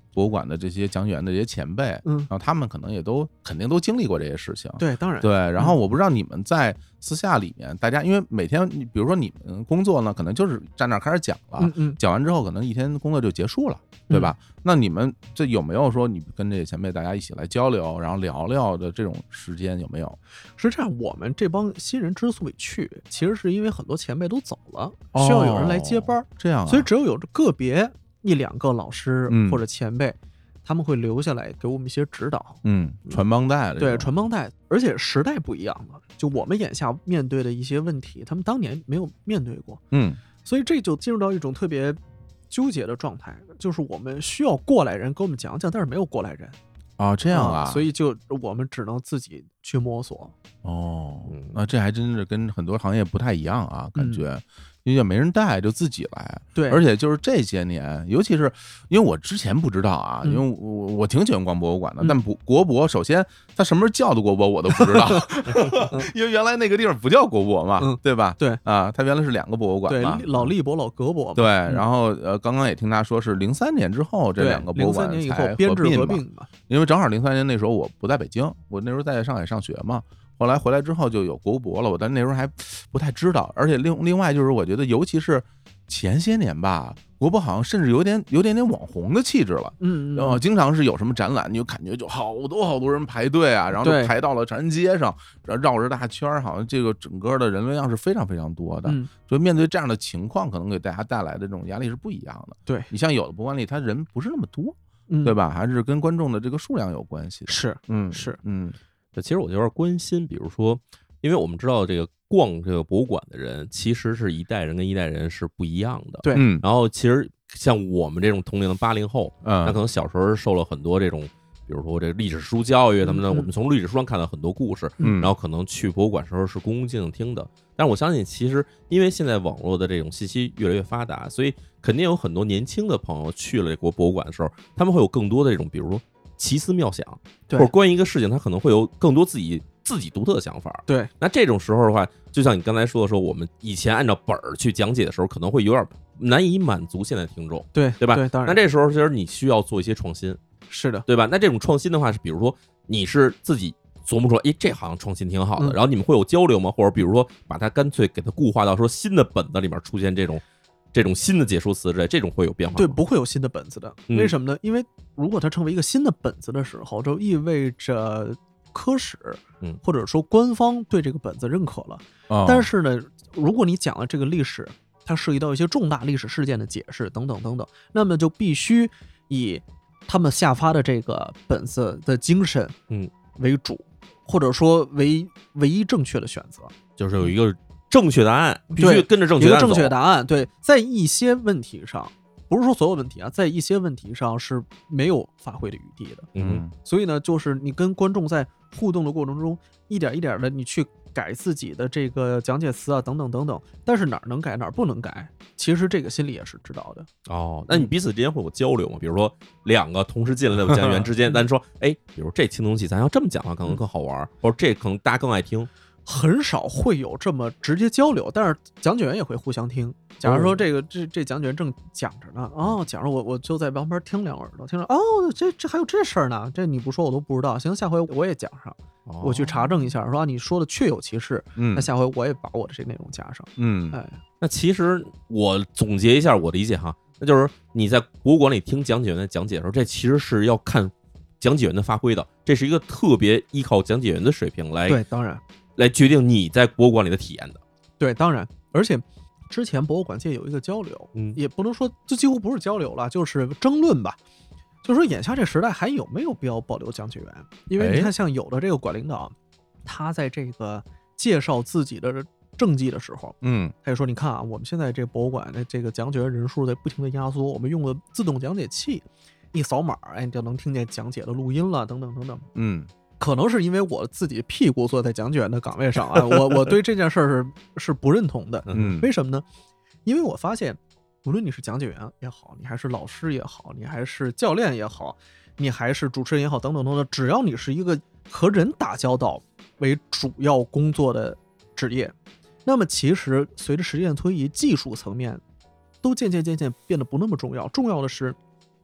S1: 博物馆的这些讲解员的这些前辈，
S3: 嗯，
S1: 然后他们可能也都肯定都经历过这些事情。
S3: 对，当然
S1: 对。然后我不知道你们在私下里面，大家因为每天，比如说你们工作呢，可能就是站那儿开始讲了，
S3: 嗯嗯，
S1: 讲完之后可能一天工作就结束了，对吧？嗯、那你们这有没有说你跟这些前辈大家一起来交流，然后聊聊的这种时间有没有？
S3: 是这样，我们这帮新人之所以去，其实是因为很多前辈都走了，需要有人来接班，哦、
S1: 这样、啊，
S3: 所以只有有个别一两个老师或者前辈。嗯，他们会留下来给我们一些指导，
S1: 嗯，传帮带的，
S3: 对，传帮带，而且时代不一样了，就我们眼下面对的一些问题，他们当年没有面对过，
S1: 嗯，
S3: 所以这就进入到一种特别纠结的状态，就是我们需要过来人给我们讲讲，但是没有过来人
S1: 啊、哦，这样啊、
S3: 嗯，所以就我们只能自己去摸索。
S1: 哦，那这还真是跟很多行业不太一样啊，感觉。嗯，因为没人带，就自己来。
S3: 对，
S1: 而且就是这些年，尤其是因为我之前不知道啊，
S3: 嗯、
S1: 因为我我挺喜欢逛博物馆的，嗯、但博国博首先它什么时候叫的国博我都不知道，因为原来那个地方不叫国博嘛，
S3: 嗯、
S1: 对吧？
S3: 对
S1: 啊，它原来是两个博物馆嘛，
S3: 对，老力博、老革博嘛。
S1: 对，然后呃，刚刚也听他说是零三年之后这两个博物馆才
S3: 编制合并
S1: 嘛，因为正好零三年那时候我不在北京，我那时候在上海上学嘛。后来回来之后就有国博了，我但那时候还不太知道，而且另另外就是我觉得，尤其是前些年吧，国博好像甚至有点有点点网红的气质了，
S3: 嗯，
S1: 然后经常是有什么展览，你就感觉就好多好多人排队啊，然后就排到了长安街上，绕着大圈，好像这个整个的人流量是非常非常多的。
S3: 嗯，
S1: 所以面对这样的情况，可能给大家带来的这种压力是不一样的。
S3: 对，
S1: 你像有的博物馆里，他人不是那么多，
S3: 嗯、
S1: 对吧？还是跟观众的这个数量有关系的。
S3: 是，
S1: 嗯，
S3: 是，
S2: 嗯，其实我就有点关心，比如说。因为我们知道这个逛这个博物馆的人，其实是一代人跟一代人是不一样的。
S3: 对，
S1: 嗯，
S2: 然后其实像我们这种同龄的八零后，
S1: 嗯，
S2: 那可能小时候受了很多这种，比如说这个历史书教育，他们呢，
S3: 嗯、
S2: 我们从历史书上看到很多故事，
S1: 嗯，
S2: 然后可能去博物馆时候是恭恭敬敬听的。但是我相信，其实因为现在网络的这种信息越来越发达，所以肯定有很多年轻的朋友去了国博物馆的时候，他们会有更多的这种，比如说奇思妙想，或者关于一个事情，他可能会有更多自己。自己独特的想法，
S3: 对。
S2: 那这种时候的话，就像你刚才说的，说我们以前按照本儿去讲解的时候，可能会有点难以满足现在听众，
S3: 对
S2: 对吧？
S3: 对，当然。
S2: 那这时候其实你需要做一些创新，
S3: 是的，
S2: 对吧？那这种创新的话，是比如说你是自己琢磨出来，哎，这好像创新挺好的，
S3: 嗯、
S2: 然后你们会有交流吗？或者比如说把它干脆给它固化到说新的本子里面出现这种这种新的解说词之类，这种会有变化吗？
S3: 对，不会有新的本子的。
S2: 嗯、
S3: 为什么呢？因为如果它成为一个新的本子的时候，就意味着。科室，
S2: 嗯，
S3: 或者说官方对这个本子认可了，
S1: 哦、
S3: 但是呢，如果你讲了这个历史，它涉及到一些重大历史事件的解释等等等等，那么就必须以他们下发的这个本子的精神，
S2: 嗯，
S3: 为主，嗯、或者说为唯一正确的选择，
S2: 就是有一个正确答案，必须跟着正确答案走。
S3: 一个正确答案，对，在一些问题上。不是说所有问题啊，在一些问题上是没有发挥的余地的。
S2: 嗯，
S3: 所以呢，就是你跟观众在互动的过程中，一点一点的你去改自己的这个讲解词啊，等等等等。但是哪儿能改，哪儿不能改，其实这个心里也是知道的。
S2: 哦，那你彼此之间会有交流吗？比如说两个同时进来的讲员之间，咱说，哎，比如这青铜器，咱要这么讲的话，可能更好玩，或者这可能大家更爱听。
S3: 很少会有这么直接交流，但是讲解员也会互相听。假如说这个这这讲解员正讲着呢，哦，假如我我就在旁边听两耳朵，听着，哦，这这还有这事儿呢，这你不说我都不知道。行，下回我也讲上，
S2: 哦、
S3: 我去查证一下，说、啊、你说的确有其事，
S1: 嗯，
S3: 那下回我也把我的这内容加上，
S1: 嗯，
S3: 哎，
S2: 那其实我总结一下我理解哈，那就是你在博物馆里听讲解员的讲解的时候，这其实是要看讲解员的发挥的，这是一个特别依靠讲解员的水平来，
S3: 对，当然。
S2: 来决定你在博物馆里的体验的，
S3: 对，当然，而且之前博物馆界有一个交流，
S2: 嗯，
S3: 也不能说这几乎不是交流了，就是争论吧，就是说眼下这时代还有没有必要保留讲解员？因为你看，像有的这个馆领导，他在这个介绍自己的政绩的时候，
S1: 嗯，
S3: 他就说，你看啊，我们现在这博物馆的这个讲解员人数在不停的压缩，我们用的自动讲解器，一扫码，哎，你就能听见讲解的录音了，等等等等，
S1: 嗯。
S3: 可能是因为我自己屁股坐在讲解员的岗位上啊，我我对这件事是是不认同的。
S1: 嗯，
S3: 为什么呢？因为我发现，无论你是讲解员也好，你还是老师也好，你还是教练也好，你还是主持人也好，等等等等，只要你是一个和人打交道为主要工作的职业，那么其实随着时间推移，技术层面都渐渐渐渐变得不那么重要，重要的是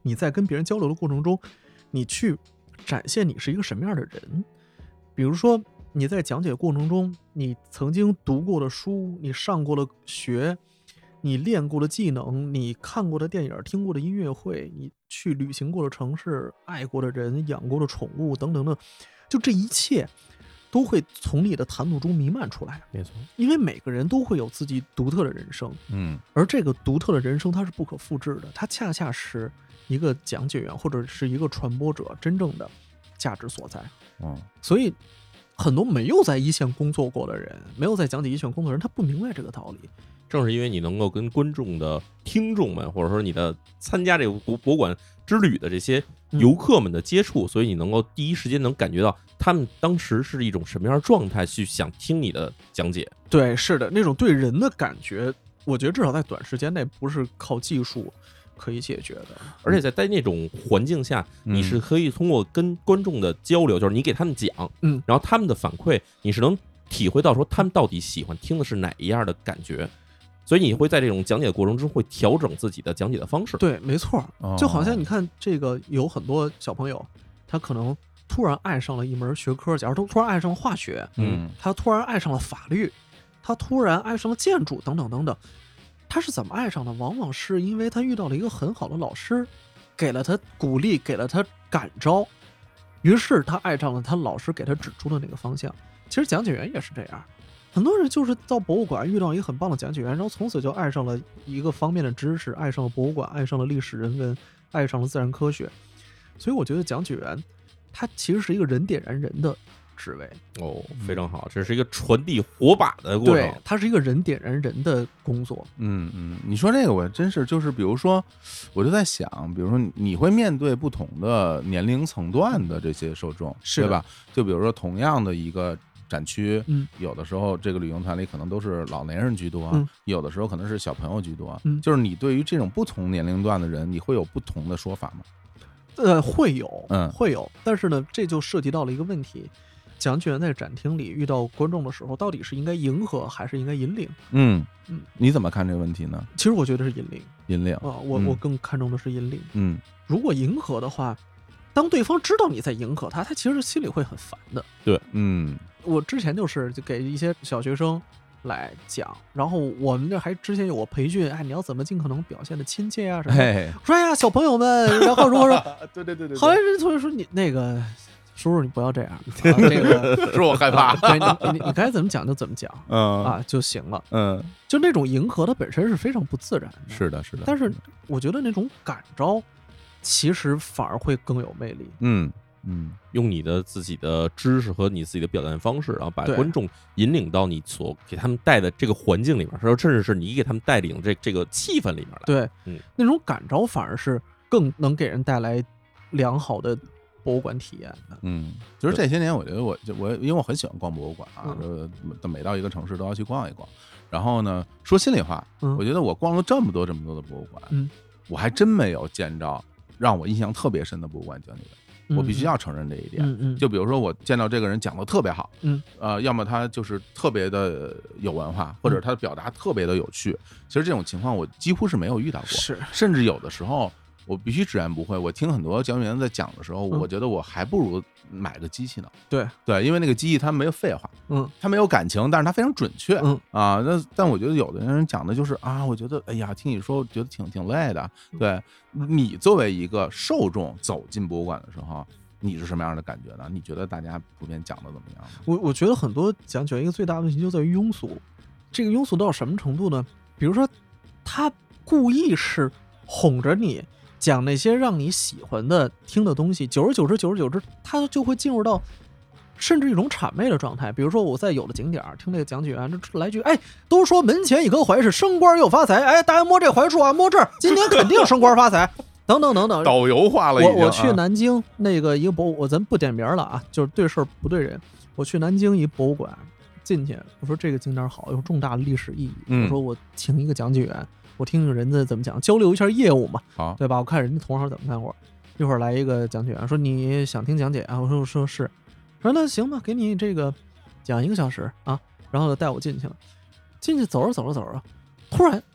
S3: 你在跟别人交流的过程中，你去展现你是一个什么样的人。比如说你在讲解过程中，你曾经读过的书，你上过的学，你练过的技能，你看过的电影，听过的音乐会，你去旅行过的城市，爱过的人，养过的宠物等等等，就这一切都会从你的谈吐中弥漫出来。
S2: 没错，
S3: 因为每个人都会有自己独特的人生，
S1: 嗯，
S3: 而这个独特的人生它是不可复制的，它恰恰是一个讲解员或者是一个传播者真正的价值所在。
S1: 哦，
S3: 所以很多没有在一线工作过的人，没有在讲解一线工作的人，他不明白这个道理。
S2: 正是因为你能够跟观众的听众们，或者说你的参加这个博博物馆之旅的这些游客们的接触，嗯、所以你能够第一时间能感觉到他们当时是一种什么样的状态，去想听你的讲解。
S3: 对，是的，那种对人的感觉，我觉得至少在短时间内不是靠技术可以解决的。
S2: 而且在在那种环境下，嗯、你是可以通过跟观众的交流，就是你给他们讲，
S3: 嗯，
S2: 然后他们的反馈，你是能体会到说他们到底喜欢听的是哪一样的感觉。所以你会在这种讲解的过程中会调整自己的讲解的方式。
S3: 对，没错，就好像你看这个，有很多小朋友，他可能突然爱上了一门学科，假如他突然爱上了化学，
S1: 嗯，
S3: 他突然爱上了法律，他突然爱上了建筑，等等等等。他是怎么爱上的？往往是因为他遇到了一个很好的老师，给了他鼓励，给了他感召，于是他爱上了他老师给他指出的那个方向。其实讲解员也是这样。很多人就是到博物馆遇到一个很棒的讲解员，然后从此就爱上了一个方面的知识，爱上了博物馆，爱上了历史人文，爱上了自然科学。所以我觉得讲解员他其实是一个人点燃人的职位。
S2: 哦，非常好，这是一个传递火把的过程。
S3: 对，它是一个人点燃人的工作。
S1: 嗯嗯，你说这个我真是就是比如说我就在想，比如说你会面对不同的年龄层段的这些受众，对吧？就比如说同样的一个展区，
S3: 嗯，
S1: 有的时候这个旅行团里可能都是老年人居多，
S3: 嗯，
S1: 有的时候可能是小朋友居多，
S3: 嗯，
S1: 就是你对于这种不同年龄段的人，你会有不同的说法吗？
S3: 呃，会有，
S1: 嗯，
S3: 会有，但是呢，这就涉及到了一个问题：讲解员在展厅里遇到观众的时候，到底是应该迎合还是应该引领？
S1: 嗯
S3: 嗯，
S1: 你怎么看这个问题呢？
S3: 其实我觉得是引领，
S1: 引领
S3: 啊，我、嗯、我更看重的是引领。
S1: 嗯，
S3: 如果迎合的话，当对方知道你在迎合他，他其实心里会很烦的。
S2: 对，
S3: 嗯，我之前就是就给一些小学生来讲，然后我们这还之前有过培训，哎，你要怎么尽可能表现的亲切啊什么的。说哎呀，小朋友们，然后如果说，
S1: 对对对对，
S3: 后来人同学说你那个叔叔你不要这样，啊、这个
S1: 说我害怕，
S3: 对你你你该怎么讲就怎么讲，
S1: 嗯
S3: 啊就行了，
S1: 嗯，
S3: 就那种迎合它本身是非常不自然的，
S1: 是的，是的，
S3: 但是我觉得那种感召。其实反而会更有魅力。
S1: 嗯嗯，
S2: 用你的自己的知识和你自己的表现方式，然后把观众引领到你所给他们带的这个环境里面，甚至是你给他们带领这这个气氛里面来。
S3: 对，
S2: 嗯，
S3: 那种感召反而是更能给人带来良好的博物馆体验的。
S1: 嗯，就是这些年，我觉得我就我因为我很喜欢逛博物馆啊，
S3: 嗯、
S1: 就每到一个城市都要去逛一逛。然后呢，说心里话，
S3: 嗯、
S1: 我觉得我逛了这么多这么多的博物馆，
S3: 嗯，
S1: 我还真没有见着让我印象特别深的博物馆讲解员，我必须要承认这一点。
S3: 嗯嗯，
S1: 就比如说我见到这个人讲的特别好，
S3: 嗯，
S1: 呃，要么他就是特别的有文化，或者他的表达特别的有趣。其实这种情况我几乎是没有遇到过，
S3: 是，
S1: 甚至有的时候我必须直言不讳。我听很多讲解员在讲的时候，
S3: 嗯、
S1: 我觉得我还不如买个机器呢。
S3: 对
S1: 对，因为那个机器它没有废话，
S3: 嗯，
S1: 它没有感情，但是它非常准确，
S3: 嗯
S1: 啊，那但我觉得有的人讲的就是啊，我觉得哎呀，听你说觉得挺挺累的。对，你作为一个受众走进博物馆的时候，你是什么样的感觉呢？你觉得大家普遍讲的怎么样？
S3: 我我觉得很多讲解员一个最大的问题就在于庸俗，这个庸俗到什么程度呢？比如说他故意是哄着你讲那些让你喜欢的听的东西，久而久之久而久之他就会进入到甚至一种谄媚的状态。比如说我在有的景点听那个讲解员来句，哎，都说门前一棵槐树升官又发财，哎，大家摸这槐树啊，摸这儿，今年肯定升官发财等等等等。
S1: 导游化了已经。
S3: 我我去南京那个一个博物，我咱不点名了啊，就是对事儿不对人。我去南京一博物馆进去，我说这个景点好，有重大的历史意义，
S1: 嗯、
S3: 我说我请一个讲解员，我听听人家怎么讲，交流一下业务嘛，
S1: 好，
S3: 对吧？我看人家同行怎么干活。一会儿来一个讲解员说你想听讲解啊？我说我说是，说那行吧，给你这个讲一个小时啊，然后就带我进去了。进去走着走着走着，突然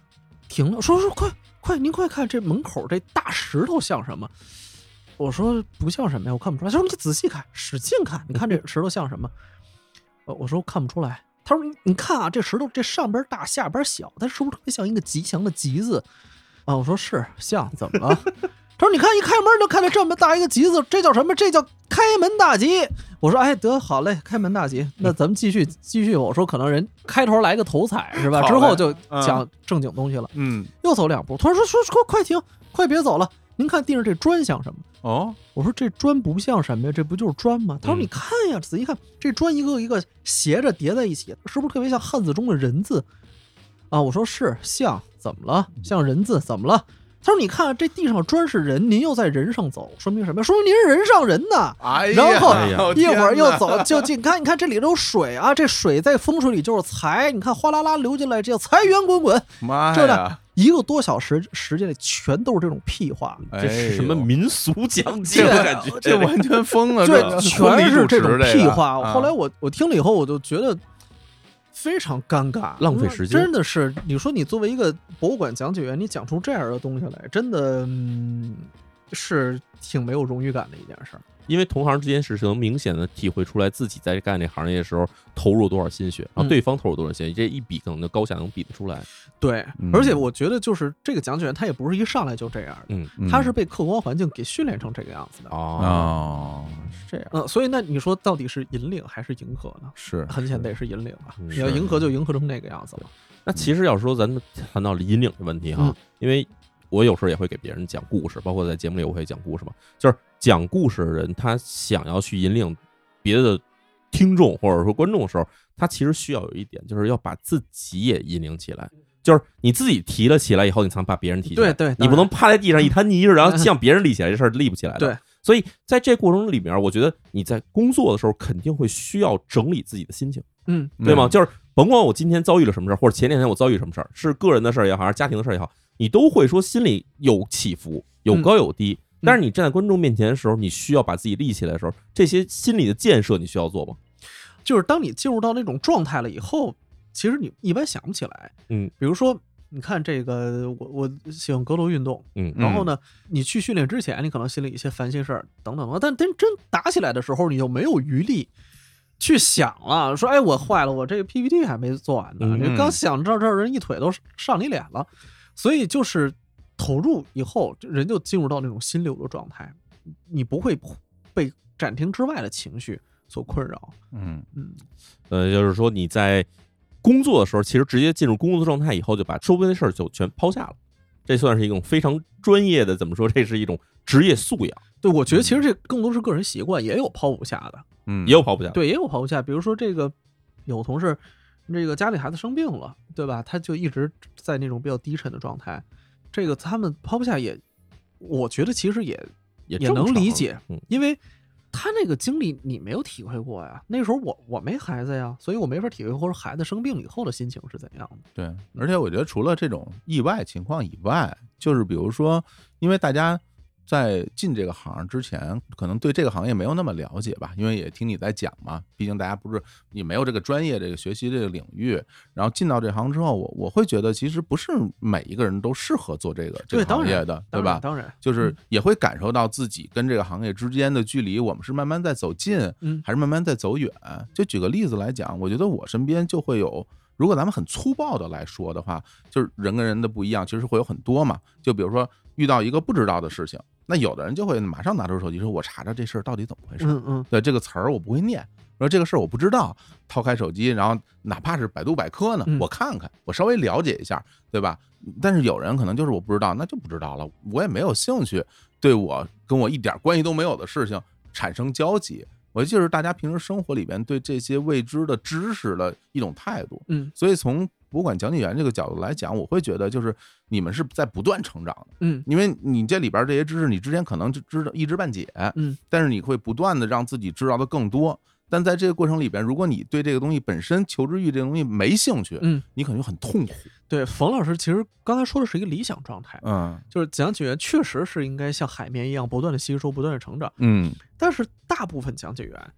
S3: 停了，说说快快，您快看这门口这大石头像什么？我说不像什么呀，我看不出来。他说你仔细看，使劲看，你看这石头像什么？呃，我说看不出来。他说你看啊，这石头这上边大，下边小，它是不是特别像一个吉祥的吉字？啊，我说是像，怎么了？他说你看一开门就看见这么大一个吉字，这叫什么？这叫开门大吉。我说哎得好嘞，开门大吉，那咱们继续继续。我说可能人开头来个头彩是吧？之后就讲正经东西了。
S1: 嗯，
S3: 又走两步，突然说说快快停，快别走了。您看地上这砖像什么？
S1: 哦，
S3: 我说这砖不像什么呀，这不就是砖吗？他说你看呀，仔细看，这砖一个一个斜着叠在一起，是不是特别像汉字中的人字啊？我说是像，怎么了？像人字怎么了？他说你看这地上砖是人，您又在人上走，说明什么？说明您是人上人呐。
S1: 哎呀，
S3: 然后
S1: 哎
S3: 一会儿又走就近，看你看这里头有水啊，这水在风水里就是财，你看哗啦啦流进来，这叫财源滚滚。
S1: 妈呀，
S3: 这呢一个多小时时间里全都是这种屁话，
S2: 这是什么民俗讲解
S3: 的
S2: 感觉？
S1: 这完全疯了，
S3: 这全是这种屁话。
S1: 啊、
S3: 后来我我听了以后，我就觉得非常尴尬，
S2: 浪费时间。
S3: 真的是，你说你作为一个博物馆讲解员，你讲出这样的东西来，真的、嗯、是挺没有荣誉感的一件事儿。
S2: 因为同行之间是能明显的体会出来自己在干这行业的时候投入多少心血，然后对方投入多少心血，嗯、这一比可能就高下能比得出来。
S3: 对，嗯、而且我觉得就是这个讲解员他也不是一上来就这样的，嗯，他是被客观环境给训练成这个样子的。
S1: 哦，是这样。
S3: 嗯，所以那你说到底是引领还是迎合呢？
S1: 是，
S3: 很显得是引领啊！你要迎合就迎合成那个样子了。
S2: 那其实要说咱们谈到了引领的问题哈，嗯、因为我有时候也会给别人讲故事，包括在节目里我会讲故事嘛，就是讲故事的人他想要去引领别的听众或者说观众的时候，他其实需要有一点，就是要把自己也引领起来。就是你自己提了起来以后，你才能把别人提起来。
S3: 对对，
S2: 你不能趴在地上一滩泥，然后向别人立起来，这事儿立不起来的。
S3: 对，
S2: 所以在这过程里面，我觉得你在工作的时候肯定会需要整理自己的心情，
S3: 嗯，
S2: 对吗？就是甭管我今天遭遇了什么事儿，或者前两天我遭遇什么事儿，是个人的事儿也好，还是家庭的事儿也好，你都会说心里有起伏，有高有低。嗯、但是你站在观众面前的时候，你需要把自己立起来的时候，这些心理的建设你需要做吗？
S3: 就是当你进入到那种状态了以后，其实你一般想不起来。
S2: 嗯，
S3: 比如说。你看这个，我我喜欢格斗运动，
S2: 嗯，
S3: 然后呢，你去训练之前，你可能心里一些烦心事儿等等，但真真打起来的时候，你就没有余力去想了，说哎，我坏了，我这个 P P T 还没做完呢，嗯、你刚想到这儿，人一腿都上你脸了，所以就是投入以后，人就进入到那种心流的状态，你不会被展厅之外的情绪所困扰，
S1: 嗯
S3: 嗯，
S2: 呃，就是说你在。工作的时候，其实直接进入工作状态以后，就把周边的事儿就全抛下了，这算是一种非常专业的，怎么说？这是一种职业素养。
S3: 对，我觉得其实这更多是个人习惯，也有抛不下的，
S2: 嗯，也有抛不下的，
S3: 对，也有抛不下。比如说这个有同事，这个家里孩子生病了，对吧？他就一直在那种比较低沉的状态，这个他们抛不下也，我觉得其实也
S2: 也
S3: 也能理解，
S2: 嗯、
S3: 因为。他那个经历你没有体会过呀，那时候我我没孩子呀，所以我没法体会或者孩子生病以后的心情是怎样的。
S1: 对，而且我觉得除了这种意外情况以外，就是比如说，因为大家在进这个行之前，可能对这个行业没有那么了解吧，因为也听你在讲嘛，毕竟大家不是你没有这个专业这个学习这个领域，然后进到这行之后，我我会觉得其实不是每一个人都适合做这个这个行业的， 对, 对吧？
S3: 当然，
S1: 就是也会感受到自己跟这个行业之间的距离，我们是慢慢在走近，
S3: 嗯，
S1: 还是慢慢在走远？就举个例子来讲，我觉得我身边就会有。如果咱们很粗暴的来说的话，就是人跟人的不一样，其实会有很多嘛。就比如说遇到一个不知道的事情，那有的人就会马上拿出手机说：“我查查这事儿到底怎么回事。”
S3: 嗯嗯，
S1: 对，这个词儿我不会念，说这个事儿我不知道，掏开手机，然后哪怕是百度百科呢，我看看，我稍微了解一下，对吧？但是有人可能就是我不知道，那就不知道了，我也没有兴趣对我跟我一点关系都没有的事情产生交集。我就是大家平时生活里边对这些未知的知识的一种态度，
S3: 嗯，
S1: 所以从博物馆讲解员这个角度来讲，我会觉得就是你们是在不断成长的，
S3: 嗯，
S1: 因为你这里边这些知识，你之前可能就知道一知半解，
S3: 嗯，
S1: 但是你会不断的让自己知道的更多。但在这个过程里边，如果你对这个东西本身求知欲这个东西没兴趣，
S3: 嗯，
S1: 你可能就很痛苦。
S3: 对，冯老师其实刚才说的是一个理想状态，
S1: 嗯，
S3: 就是讲解员确实是应该像海绵一样不断的吸收、不断的成长，
S1: 嗯，
S3: 但是大部分讲解员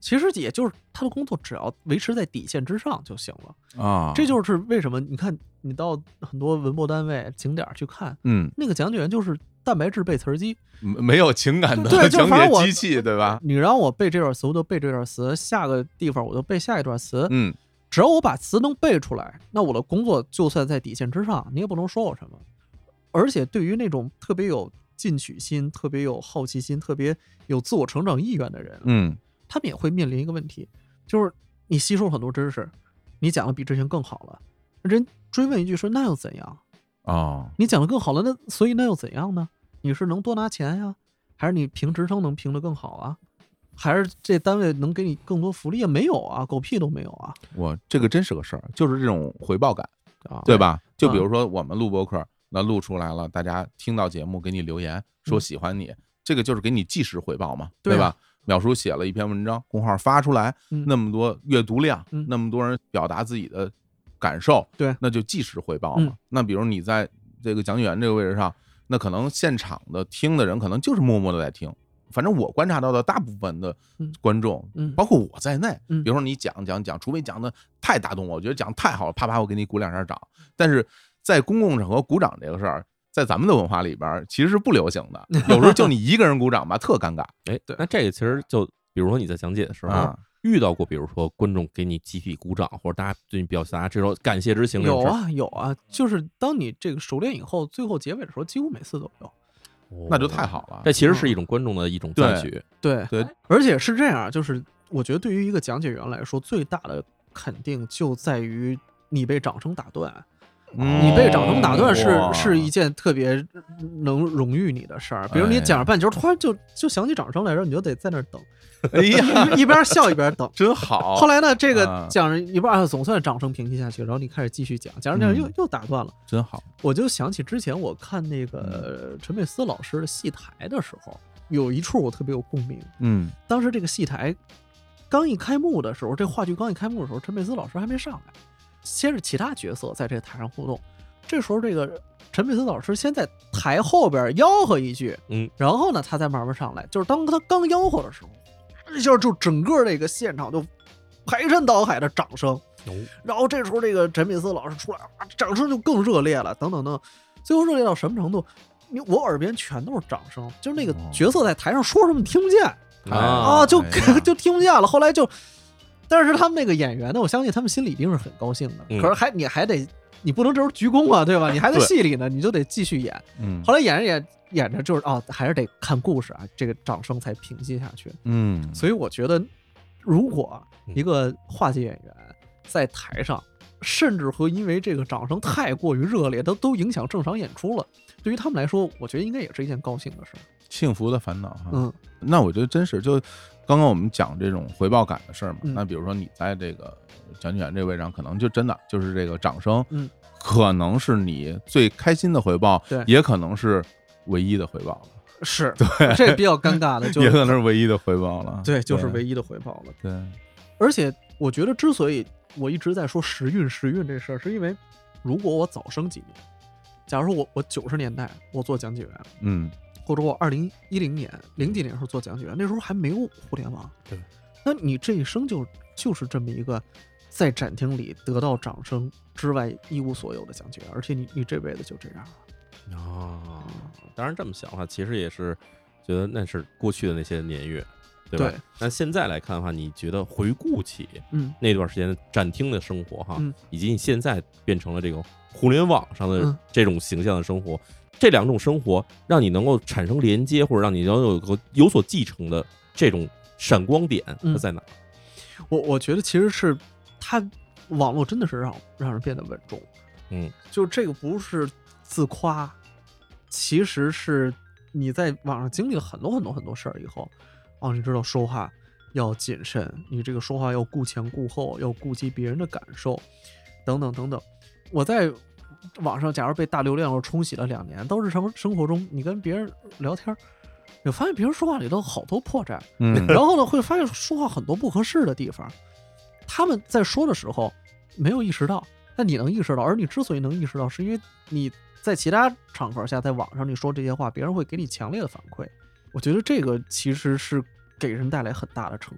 S3: 其实也就是他的工作只要维持在底线之上就行了
S1: 啊。
S3: 这就是为什么你看你到很多文博单位景点去看，
S1: 嗯，
S3: 那个讲解员就是蛋白质背词机，
S1: 没有情感的
S3: 对，
S1: 讲解机器，对吧？
S3: 你让我背这段词，我就背这段词；下个地方我就背下一段词。
S1: 嗯，
S3: 只要我把词能背出来，那我的工作就算在底线之上，你也不能说我什么。而且对于那种特别有进取心、特别有好奇心、特别有自我成长意愿的人，
S1: 嗯，
S3: 他们也会面临一个问题，就是你吸收很多知识，你讲的比之前更好了，人追问一句说那又怎样？
S1: 哦，
S3: 你讲的更好了，那所以那又怎样呢？你是能多拿钱呀，还是你评职称能评得更好啊？还是这单位能给你更多福利啊？没有啊，狗屁都没有啊！
S1: 我这个真是个事儿，就是这种回报感
S3: 啊，
S1: 对吧？就比如说我们录播客，那录出来了，大家听到节目给你留言说喜欢你，这个就是给你即时回报嘛，对吧？淼叔写了一篇文章，公号发出来，那么多阅读量，那么多人表达自己的感受，
S3: 对，
S1: 那就即时回报嘛。那比如你在这个讲解员这个位置上，那可能现场的听的人可能就是默默的在听。反正我观察到的大部分的观众，包括我在内，比如说你讲讲讲，除非讲的太打动我，我觉得讲太好了，啪啪我给你鼓两下掌。但是在公共场合鼓掌这个事儿，在咱们的文化里边其实是不流行的，有时候就你一个人鼓掌吧，特尴尬。
S2: 哎，对，那这个其实就比如说你在讲解的时候。啊遇到过，比如说观众给你集体鼓掌，或者大家对你表达这种感谢之情，
S3: 有啊有啊，就是当你这个熟练以后，最后结尾的时候，几乎每次都有，
S1: 哦、那就太好了。
S2: 这其实是一种观众的一种赞许，
S3: 对 对, 对，而且是这样，就是我觉得对于一个讲解员来说，最大的肯定就在于你被掌声打断。
S1: 嗯、
S3: 你被掌声打断是、哦、是一件特别能荣誉你的事儿。比如你讲着半截，突然就就响起掌声来，然后你就得在那儿等，
S1: 哎呀，
S3: 一边笑一边等，
S1: 真好。
S3: 后来呢，这个讲着一半，总算掌声平息下去，然后你开始继续讲，讲着讲着又、嗯、又打断了，
S1: 真好。
S3: 我就想起之前我看那个陈佩斯老师的戏台的时候，有一处我特别有共鸣。
S1: 嗯，
S3: 当时这个戏台刚一开幕的时候，这话剧刚一开幕的时候，陈佩斯老师还没上来。先是其他角色在这台上互动，这时候这个陈佩斯老师先在台后边吆喝一句，
S2: 嗯，
S3: 然后呢他再慢慢上来，就是当他刚吆喝的时候，一下就整个这个现场就排山倒海的掌声，
S2: 哦、
S3: 然后这时候这个陈佩斯老师出来，啊，掌声就更热烈了，等等等，最后热烈到什么程度？你我耳边全都是掌声，就是那个角色在台上说什么你听不见、
S2: 哦、
S3: 啊，就、
S1: 哎、
S3: 就听不见了，后来就。但是他们那个演员呢，我相信他们心里一定是很高兴的。
S2: 嗯、
S3: 可是还你还得，你不能这时候鞠躬啊，对吧？你还在戏里呢，你就得继续演。
S1: 嗯。
S3: 后来演着演演着就是哦，还是得看故事啊，这个掌声才平息下去。
S1: 嗯。
S3: 所以我觉得，如果一个话剧演员在台上，甚至会因为这个掌声太过于热烈，都都影响正常演出了，对于他们来说，我觉得应该也是一件高兴的事。
S1: 幸福的烦恼哈。
S3: 嗯。
S1: 那我觉得真是就。刚刚我们讲这种回报感的事儿嘛、
S3: 嗯，
S1: 那比如说你在这个讲解员这个位置上，可能就真的就是这个掌声，
S3: 嗯，
S1: 可能是你最开心的回报，
S3: 对，
S1: 也可能是唯一的回报了。
S3: 是，
S1: 对，
S3: 这比较尴尬的，就是
S1: 也可能是唯一的回报了。
S3: 对，就是唯一的回报了。
S1: 对，
S3: 而且我觉得，之所以我一直在说时运时运这事儿，是因为如果我早生几年，假如说我我九十年代我做讲解员，
S1: 嗯。
S3: 或者我二零一零年零几年时候做讲解员，那时候还没有互联网，
S2: 对，
S3: 那你这一生就就是这么一个在展厅里得到掌声之外一无所有的讲解员，而且你你这辈子就这样了。
S2: 哦，当然这么想的话，其实也是觉得那是过去的那些年月，对吧？
S3: 对。
S2: 那现在来看的话，你觉得回顾起
S3: 嗯
S2: 那段时间展厅的生活哈，
S3: 嗯，
S2: 以及你现在变成了这个互联网上的这种形象的生活。嗯，这两种生活让你能够产生连接，或者让你能有个有所继承的这种闪光点，它在哪？
S3: 嗯、我我觉得其实是它网络真的是让让人变得稳重，
S2: 嗯，
S3: 就这个不是自夸，其实是你在网上经历了很多很多很多事儿以后，哦，你知道说话要谨慎，你这个说话要顾前顾后，要顾及别人的感受，等等等等。我在网上假如被大流量冲洗了两年，到日常生活中你跟别人聊天，你发现别人说话里头好多破绽，
S1: 嗯，
S3: 然后呢会发现说话很多不合适的地方，他们在说的时候没有意识到，但你能意识到，而你之所以能意识到，是因为你在其他场合下在网上你说这些话，别人会给你强烈的反馈。我觉得这个其实是给人带来很大的成长。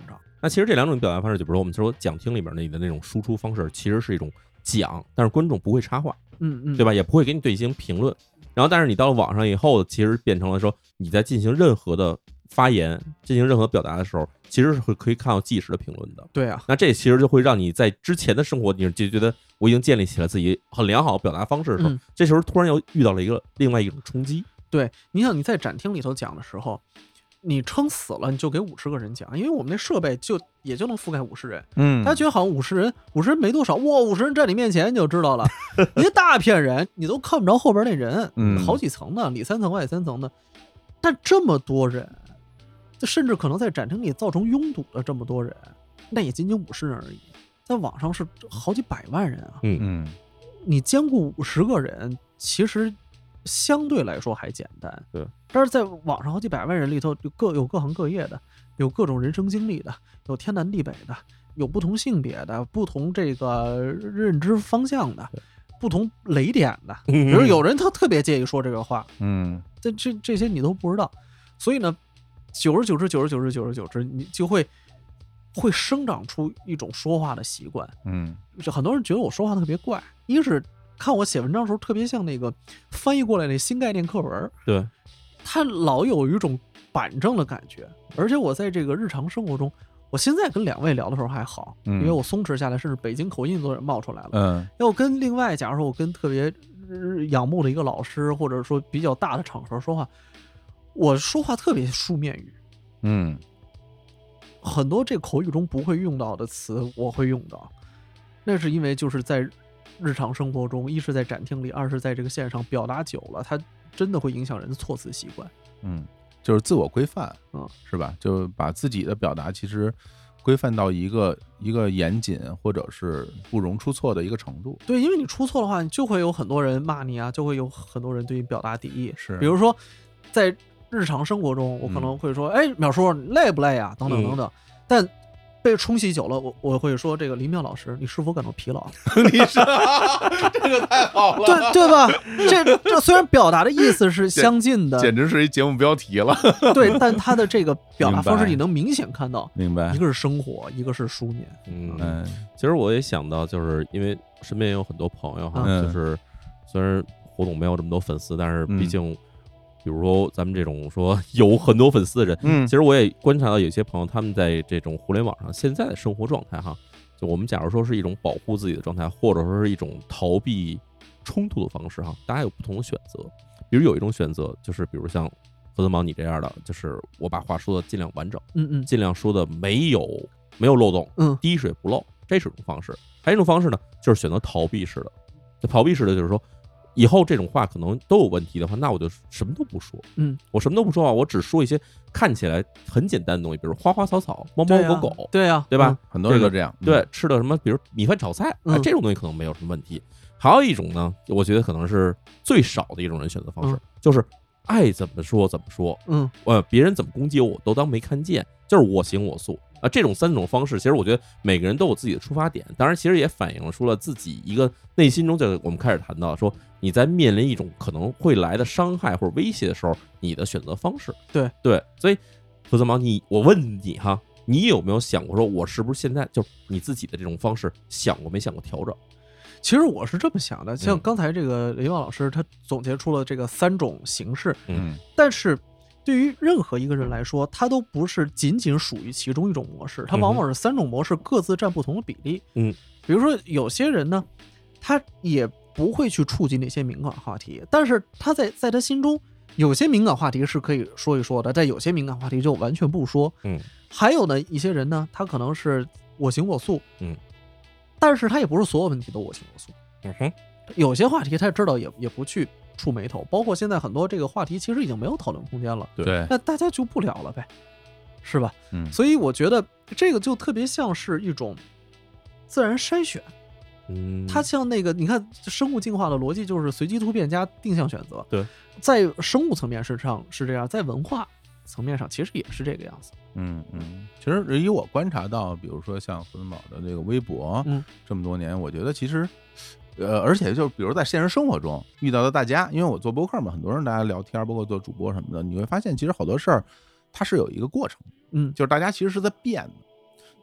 S2: 那其实这两种表达方式，就比如说我们说讲厅里边你的那种输出方式，其实是一种讲，但是观众不会插话，
S3: 嗯嗯，
S2: 对吧？也不会给你对进行评论。然后，但是你到了网上以后，其实变成了说你在进行任何的发言、进行任何表达的时候，其实是会可以看到即时的评论的。
S3: 对啊，
S2: 那这其实就会让你在之前的生活，你就觉得我已经建立起了自己很良好的表达方式的时候，
S3: 嗯、
S2: 这时候突然又遇到了一个另外一种冲击。
S3: 对，你想你在展厅里头讲的时候，你撑死了你就给五十个人讲，因为我们那设备就也就能覆盖五十人。
S1: 嗯，
S3: 大家觉得好像五十人，五十人没多少，哇，五十人站你面前你就知道了，一大片人你都看不着后边那人，
S1: 嗯，
S3: 好几层的，里三层外三层的，但这么多人，甚至可能在展厅里造成拥堵的这么多人，那也仅仅五十人而已，在网上是好几百万人啊。
S2: 嗯
S1: 嗯，
S3: 你兼顾五十个人，其实相对来说还简单。
S2: 对，
S3: 但是在网上好几百万人里头，有各有各行各业的，有各种人生经历的，有天南地北的，有不同性别的，不同这个认知方向的，不同雷点的。比如有人他特别介意说这个话，
S1: 嗯，
S3: 这这这些你都不知道，所以呢，久而久之，久而久之，久而久之，你就会会生长出一种说话的习惯。
S1: 嗯，
S3: 就很多人觉得我说话特别怪，一是看我写文章的时候特别像那个翻译过来那新概念课文，
S2: 对，
S3: 他老有一种板正的感觉。而且我在这个日常生活中，我现在跟两位聊的时候还好，
S1: 嗯、
S3: 因为我松弛下来，甚至北京口音都冒出来了。
S1: 嗯，
S3: 要跟另外，假如说我跟特别仰慕的一个老师，或者说比较大的场合说话，我说话特别书面语，
S1: 嗯，
S3: 很多这口语中不会用到的词我会用到，那是因为就是在日常生活中，一是在展厅里，二是在这个线上表达久了，它真的会影响人的措辞习惯。
S1: 嗯，就是自我规范，
S3: 嗯，
S1: 是吧？就把自己的表达其实规范到一个一个严谨或者是不容出错的一个程度。
S3: 对，因为你出错的话，你就会有很多人骂你啊，就会有很多人对你表达敌意。
S1: 是，
S3: 比如说在日常生活中，我可能会说，哎、嗯，淼叔你累不累啊？等等等等。嗯、但被冲洗久了，我我会说，这个林淼老师，你是否感到疲劳？
S1: 你是这个太好了，
S3: 对对吧？这这虽然表达的意思是相近的，
S1: 简直是一节目标题了。
S3: 对，但他的这个表达方式，你能明显看到，
S1: 明白？
S3: 一个是生活，一个是书面。
S2: 嗯，
S1: 嗯
S2: 其实我也想到，就是因为身边也有很多朋友哈，
S1: 嗯、
S2: 就是虽然胡总没有这么多粉丝，但是毕竟。嗯比如说咱们这种说有很多粉丝的人，
S1: 嗯，
S2: 其实我也观察到有些朋友他们在这种互联网上现在的生活状态哈，就我们假如说是一种保护自己的状态，或者说是一种逃避冲突的方式哈，大家有不同的选择。比如有一种选择就是比如像何德毛你这样的，就是我把话说的尽量完整，
S3: 嗯嗯，
S2: 尽量说的没有没有漏洞，
S3: 嗯，
S2: 滴水不漏，这是一种方式。还有一种方式呢，就是选择逃避式的，就逃避式的就是说。以后这种话可能都有问题的话，那我就什么都不说。
S3: 嗯，
S2: 我什么都不说啊，我只说一些看起来很简单的东西，比如花花草草、猫猫狗狗，
S3: 对呀、啊，
S2: 对吧、
S1: 嗯？很多人都这样。
S2: 这个、对，吃的什么，比如米饭炒菜，
S3: 嗯、
S2: 啊，这种东西可能没有什么问题。还有一种呢，我觉得可能是最少的一种人选择方式，
S3: 嗯、
S2: 就是爱怎么说怎么说。
S3: 嗯，
S2: 呃，别人怎么攻击我，我都当没看见，就是我行我素。啊，这种三种方式，其实我觉得每个人都有自己的出发点，当然，其实也反映出了自己一个内心中，就是我们开始谈到说，你在面临一种可能会来的伤害或者威胁的时候，你的选择方式。
S3: 对
S2: 对，所以何泽毛，你我问你哈，你有没有想过说，我是不是现在就你自己的这种方式想过没想过调整？
S3: 其实我是这么想的，像刚才这个雷旺老师他总结出了这个三种形式，
S2: 嗯，
S3: 但是。对于任何一个人来说，他都不是仅仅属于其中一种模式，他往往是三种模式各自占不同的比例。
S2: 嗯，
S3: 比如说有些人呢，他也不会去触及那些敏感话题，但是他在在他心中，有些敏感话题是可以说一说的，但有些敏感话题就完全不说。
S2: 嗯，
S3: 还有呢一些人呢，他可能是我行我素，
S2: 嗯，
S3: 但是他也不是所有问题都我行我素。
S2: 嗯哼，
S3: 有些话题他知道也也不去。触眉头，包括现在很多这个话题其实已经没有讨论空间了，
S1: 对，
S3: 那大家就不聊了呗，是吧？
S1: 嗯，
S3: 所以我觉得这个就特别像是一种自然筛选，
S2: 嗯，
S3: 它像那个你看生物进化的逻辑就是随机突变加定向选择，
S2: 对，
S3: 在生物层面上是这样，在文化层面上其实也是这个样子。
S1: 嗯嗯，其实以我观察到，比如说像何文宝的这个微博，
S3: 嗯，
S1: 这么多年，我觉得其实。呃，而且就比如在现实生活中遇到的大家，因为我做播客嘛，很多人大家聊天，包括做主播什么的，你会发现其实好多事儿它是有一个过程，
S3: 嗯，
S1: 就是大家其实是在变的。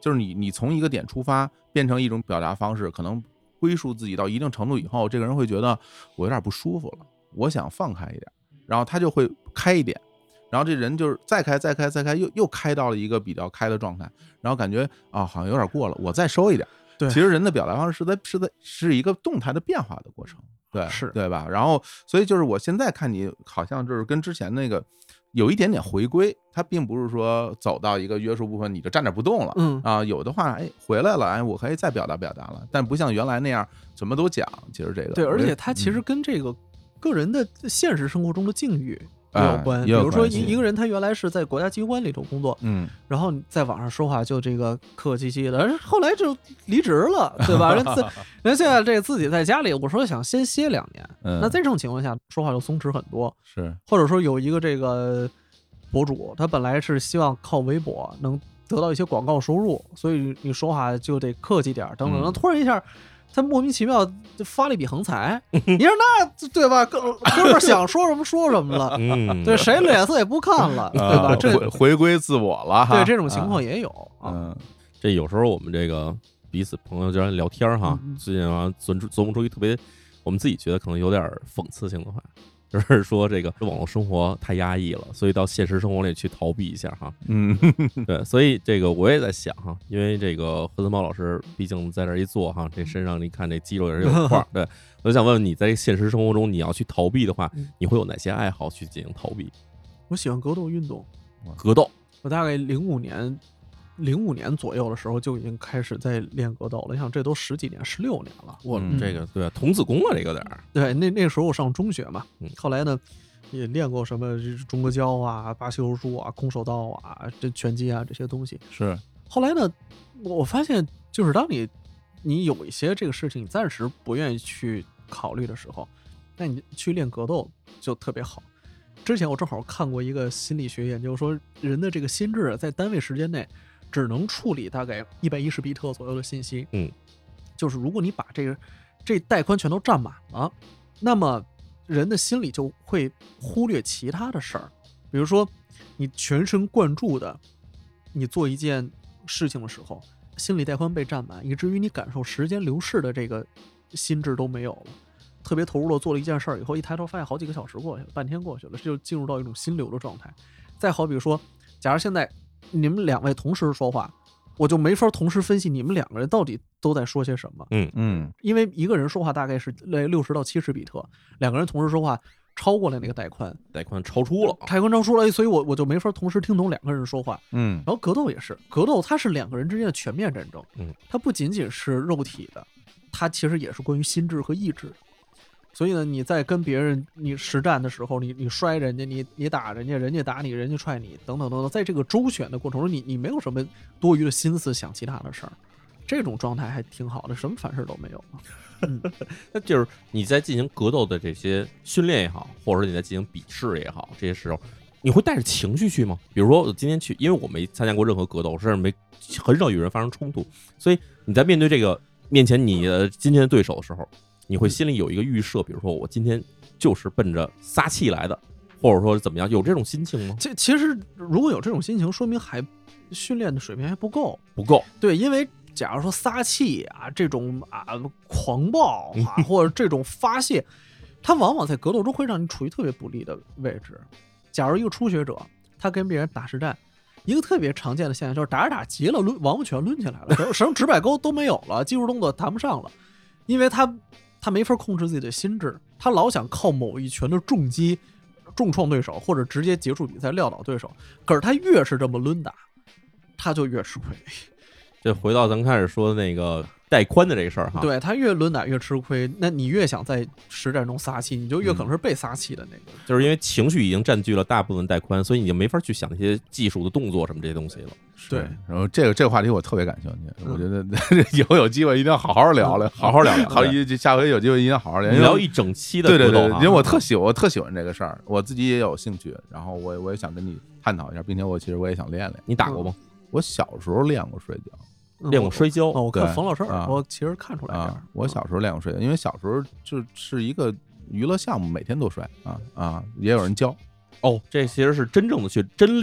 S1: 就是你你从一个点出发，变成一种表达方式，可能归属自己到一定程度以后，这个人会觉得我有点不舒服了，我想放开一点，然后他就会开一点，然后这人就是再开再开再开，又又开到了一个比较开的状态，然后感觉啊好像有点过了，我再收一点。
S3: 对，
S1: 其实人的表达方式是在是在是一个动态的变化的过程，对，
S3: 是
S1: 对吧？然后所以就是我现在看你好像就是跟之前那个有一点点回归，它并不是说走到一个约束部分你就站着不动了，
S3: 嗯
S1: 啊，有的话哎回来了，哎我可以再表达表达了，但不像原来那样什么都讲。其实这个
S3: 对，而且它其实跟这个个人的现实生活中的境遇也有关，
S1: 哎、
S3: 比如说一一个人他原来是在国家机关里头工作，
S1: 嗯，
S3: 然后在网上说话就这个客客气气的，后来就离职了，对吧？人自人现在这自己在家里，我说想先歇两年，
S1: 嗯、
S3: 那在这种情况下说话就松弛很多，
S1: 是，
S3: 或者说有一个这个博主，他本来是希望靠微博能得到一些广告收入，所以你说话就得客气点等等，
S1: 嗯、
S3: 突然一下。他莫名其妙就发了一笔横财，你说那对吧？哥哥们想说什么说什么了，
S2: 嗯，
S3: 对，谁脸色也不看了，对吧？这
S1: 回回归自我了哈。
S3: 对，这种情况也有啊。
S1: 嗯，
S2: 这有时候我们这个彼此朋友之间聊天哈，最近啊琢琢磨出一特别我们自己觉得可能有点讽刺性的话。就是说这个网络生活太压抑了，所以到现实生活里去逃避一下哈。
S1: 嗯，
S2: 对，所以这个我也在想哈，因为这个何森猫老师毕竟在这一坐哈，这身上你看这肌肉也是有块。对，我就想问问你，在现实生活中你要去逃避的话，你会有哪些爱好去进行逃避？
S3: 我喜欢格斗运动，
S2: 格斗。
S3: 我大概零五年。零五年左右的时候就已经开始在练格斗了，你想这都十几年，十六年了。
S2: 哇，嗯、这个对啊，童子功啊，这个点儿。
S3: 对，那那时候我上中学嘛，
S2: 嗯、
S3: 后来呢也练过什么中国跤啊、巴西柔术啊、空手道啊、这拳击啊这些东西。
S1: 是。
S3: 后来呢，我发现就是当你你有一些这个事情你暂时不愿意去考虑的时候，那你去练格斗就特别好。之前我正好看过一个心理学研究，说人的这个心智在单位时间内。只能处理大概一百一十比特左右的信息，
S2: 嗯，
S3: 就是如果你把这个这带宽全都占满了，那么人的心里就会忽略其他的事儿，比如说你全神贯注的，你做一件事情的时候，心理带宽被占满，以至于你感受时间流逝的这个心智都没有了，特别投入了做了一件事儿以后，一抬头发现好几个小时过去了，半天过去了，这就进入到一种心流的状态。再好比说，假如现在你们两位同时说话，我就没法同时分析你们两个人到底都在说些什么。
S2: 嗯
S1: 嗯，
S3: 因为一个人说话大概是六十到七十比特，两个人同时说话超过了那个带宽，
S2: 带宽超出了，
S3: 带宽超出了，所以我我就没法同时听懂两个人说话。
S1: 嗯，
S3: 然后格斗也是，格斗它是两个人之间的全面战争，
S2: 嗯，
S3: 它不仅仅是肉体的，它其实也是关于心智和意志。所以呢，你在跟别人你实战的时候，你你摔人家，你你打人家，人家打你，人家踹你，等等等等，在这个周旋的过程中，你你没有什么多余的心思想其他的事儿，这种状态还挺好的，什么烦事都没有。嗯，
S2: 那就是你在进行格斗的这些训练也好，或者说你在进行比试也好，这些时候你会带着情绪去吗？比如说我今天去，因为我没参加过任何格斗，甚至没很少与人发生冲突，所以你在面对这个面前你的今天的对手的时候，你会心里有一个预设，比如说我今天就是奔着撒气来的，或者说怎么样，有这种心情吗？
S3: 这其实如果有这种心情，说明还训练的水平还不够，
S2: 不够。
S3: 对，因为假如说撒气啊，这种啊狂暴啊，或者这种发泄，它往往在格斗中会让你处于特别不利的位置。假如一个初学者，他跟别人打实战，一个特别常见的现象就是打着打急了，抡王八拳抡起来了，什么直摆钩都没有了，技术动作谈不上了，因为他他没法控制自己的心智，他老想靠某一拳的重击重创对手，或者直接结束比赛撂倒对手。可是他越是这么抡打，他就越吃亏。
S2: 这回到咱们开始说的那个带宽的这个事儿哈，
S3: 对，他越抡打越吃亏，那你越想在实战中撒气，你就越可能是被撒气的那个、嗯。
S2: 就是因为情绪已经占据了大部分带宽，所以你就没法去想那些技术的动作什么这些东西了。
S3: 对，
S1: 然后这个这个话题我特别感兴趣，嗯、我觉得以后有机会一定要好好聊聊，
S2: 好好聊聊。
S1: 好，下回有机会一定要好好聊，
S2: 聊一整期的
S1: 格斗。对对对，因为我
S2: 嗯
S1: 特喜欢，我特喜欢这个事儿，我自己也有兴趣，然后我我也想跟你探讨一下，并且我其实我也想练练。
S2: 你打过吗？
S1: 嗯、我小时候练过摔跤。
S2: 练过摔跤、
S3: 哦，我看冯老师，
S1: 啊、
S3: 我其实看出来点、
S1: 啊。我小时候练过摔跤，因为小时候就是一个娱乐项目，每天都摔啊啊，也有人教。
S2: 哦，这其实是真正的去真练了。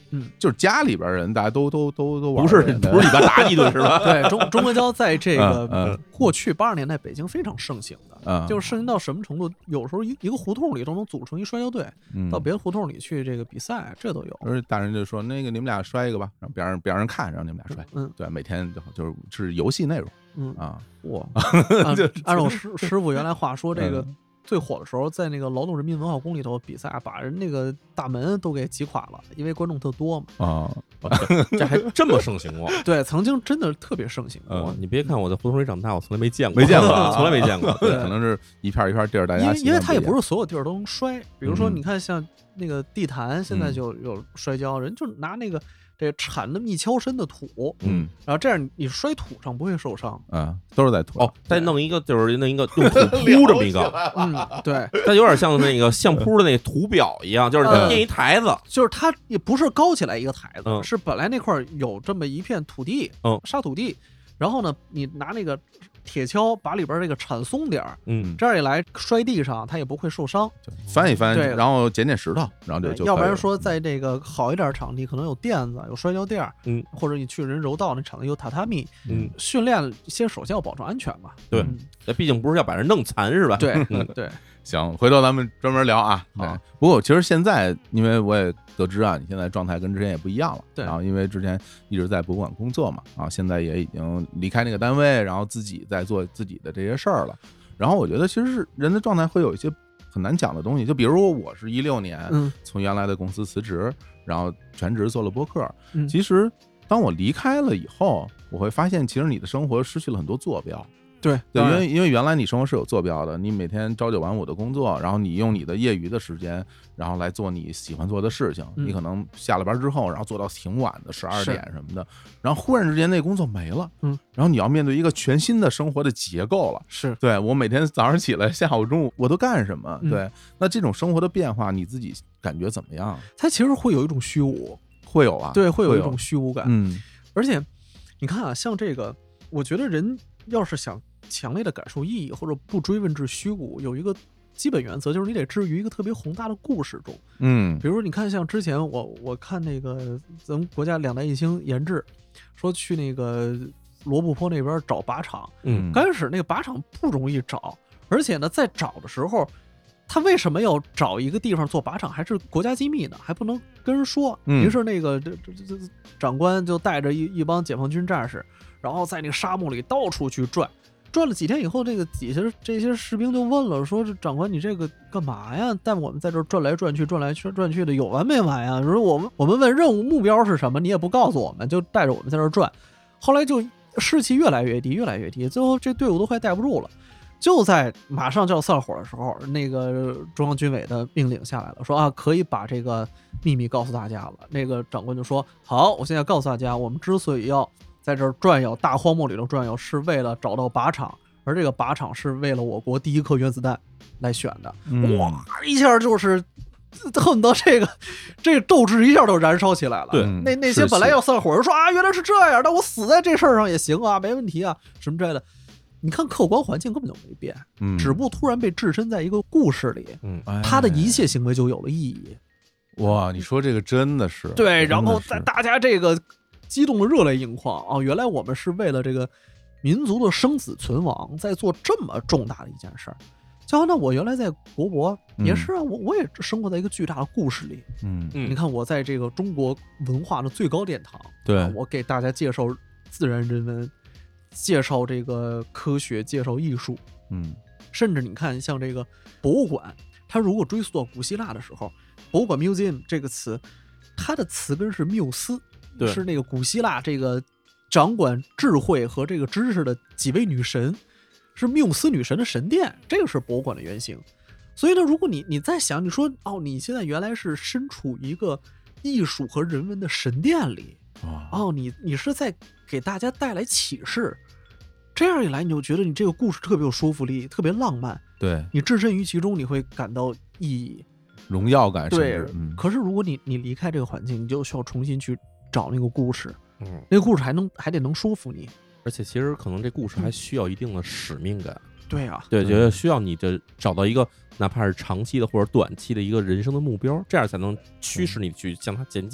S3: 嗯，
S1: 就是家里边人大家都都都都玩，
S2: 不是不是你爸打你一顿是吧？
S3: 对，中中国交在这个、
S1: 嗯嗯、
S3: 过去八十年代北京非常盛行的，
S1: 嗯、
S3: 就是盛行到什么程度？有时候一一个胡同里都能组成一摔跤队，
S1: 嗯、
S3: 到别的胡同里去这个比赛，这都有。
S1: 而且大人就说：“那个你们俩摔一个吧，让别人别让人看，让你们俩摔。”
S3: 嗯，
S1: 对，每天就就是是游戏内容。
S3: 嗯
S1: 啊，
S3: 哇，按按照师师傅原来话说，这个。
S1: 嗯
S3: 最火的时候，在那个劳动人民文化宫里头比赛，把人那个大门都给挤垮了，因为观众特多嘛。
S1: 啊，
S2: 这还这么盛行过？
S3: 对，曾经真的特别盛行过。
S2: 嗯、你别看我在胡同里长大，我从来没见过，
S1: 没见过，
S2: 从来没见过。
S1: 对，可能是一片一片地儿，大家
S3: 因为因为它也不是所有地儿都能摔。比如说，
S1: 嗯、
S3: 你看像那个地坛，现在就有摔跤，嗯、人就拿那个。这铲那么一锹深的土，
S1: 嗯，
S3: 然后这样你摔土上不会受伤，
S1: 啊，都是在土
S2: 哦，再弄一个就是弄一个用土铺这么一个，
S3: 嗯，对，
S2: 它有点像那个相扑的那个图表一样，就是它建一台子，
S3: 就是它也不是高起来一个台子，
S2: 嗯、
S3: 是本来那块有这么一片土地，
S2: 嗯，
S3: 沙土地，然后呢，你拿那个铁锹把里边这个铲松点儿，
S2: 嗯，
S3: 这样一来摔地上它也不会受伤，
S1: 翻一翻，
S3: 对，
S1: 然后捡捡石头，然后就就
S3: 要不然说在这个好一点场地，可能有垫子，有摔跤垫，
S2: 嗯，
S3: 或者你去人柔道那场地有榻榻米，
S2: 嗯，
S3: 训练先首先要保证安全嘛，
S2: 对，那、嗯、毕竟不是要把人弄残是吧？
S3: 对，嗯，对。
S1: 行，回头咱们专门聊啊。
S3: 好，
S1: 不过其实现在，因为我也得知啊，你现在状态跟之前也不一样了。
S3: 对。
S1: 然后因为之前一直在博物馆工作嘛，啊，现在也已经离开那个单位，然后自己在做自己的这些事儿了。然后我觉得其实是人的状态会有一些很难讲的东西，就比如我是一六年从原来的公司辞职，然后全职做了播客。
S3: 嗯。
S1: 其实当我离开了以后，我会发现，其实你的生活失去了很多坐标。
S3: 对
S1: 对，因为因为原来你生活是有坐标的，你每天朝九晚五的工作，然后你用你的业余的时间，然后来做你喜欢做的事情。
S3: 嗯、
S1: 你可能下了班之后，然后做到挺晚的十二点什么的，然后忽然之间那工作没了，
S3: 嗯，
S1: 然后你要面对一个全新的生活的结构了。
S3: 是
S1: 对我每天早上起来，下午中午我都干什么？
S3: 嗯、
S1: 对，那这种生活的变化，你自己感觉怎么样？
S3: 它其实会有一种虚无，
S1: 会有啊，
S3: 对，会
S1: 有
S3: 一种虚无感。
S1: 嗯，
S3: 而且你看啊，像这个，我觉得人要是想强烈的感受意义，或者不追问至虚无，有一个基本原则，就是你得置于一个特别宏大的故事中。
S1: 嗯，
S3: 比如你看，像之前我我看那个咱们国家两弹一星研制，说去那个罗布泊那边找靶场，
S2: 嗯，
S3: 刚开始那个靶场不容易找，而且呢，在找的时候，他为什么要找一个地方做靶场，还是国家机密呢？还不能跟人说。
S1: 嗯、
S3: 于是那个这这这长官就带着一一帮解放军战士，然后在那个沙漠里到处去转。转了几天以后，这个底下这些士兵就问了，说：“这长官，你这个干嘛呀？带我们在这儿转来转去，转来转去的，有完没完呀？”说我们我们问任务目标是什么，你也不告诉我们，就带着我们在这儿转。后来就士气越来越低，越来越低，最后这队伍都快带不住了。就在马上就要散伙的时候，那个中央军委的命令下来了，说啊，可以把这个秘密告诉大家了。那个长官就说：“好，我现在告诉大家，我们之所以要在这儿转悠，大荒漠里头转悠，是为了找到靶场，而这个靶场是为了我国第一颗原子弹来选的。
S1: 嗯”
S3: 哇，一下就是恨不得这个这个斗志一下就燃烧起来了。
S2: 对，
S3: 那那些本来要散伙的说啊，原来是这样，那我死在这事儿上也行啊，没问题啊，什么之类的。你看客观环境根本就没变，
S1: 嗯，
S3: 只不过突然被置身在一个故事里，
S2: 嗯，
S3: 他的一切行为就有了意义。
S1: 哇，你说这个真的是
S3: 对，然后在大家这个激动的热泪盈眶啊！原来我们是为了这个民族的生死存亡，在做这么重大的一件事儿。就好像我原来在国博也是啊，我我也生活在一个巨大的故事里。
S1: 嗯，
S3: 你看我在这个中国文化的最高殿堂，
S1: 对、
S3: 啊，我给大家介绍自然人文，介绍这个科学，介绍艺术。
S1: 嗯，
S3: 甚至你看像这个博物馆，它如果追溯到古希腊的时候，博物馆 museum 这个词，它的词根是缪斯。是那个古希腊这个掌管智慧和这个知识的几位女神，是缪斯女神的神殿，这个是博物馆的原型。所以呢，如果你你在想，你说哦，你现在原来是身处一个艺术和人文的神殿里，哦，你你是在给大家带来启示，这样一来，你就觉得你这个故事特别有说服力，特别浪漫。
S1: 对，
S3: 你置身于其中，你会感到意义、
S1: 荣耀感。
S3: 对，
S1: 嗯、
S3: 可是如果你你离开这个环境，你就需要重新去找那个故事，
S2: 嗯，
S3: 那个故事还能还得能说服你，
S2: 而且其实可能这故事还需要一定的使命感。
S3: 对啊，
S2: 对，觉得需要你的找到一个哪怕是长期的或者短期的一个人生的目标，这样才能驱使你去向它前进。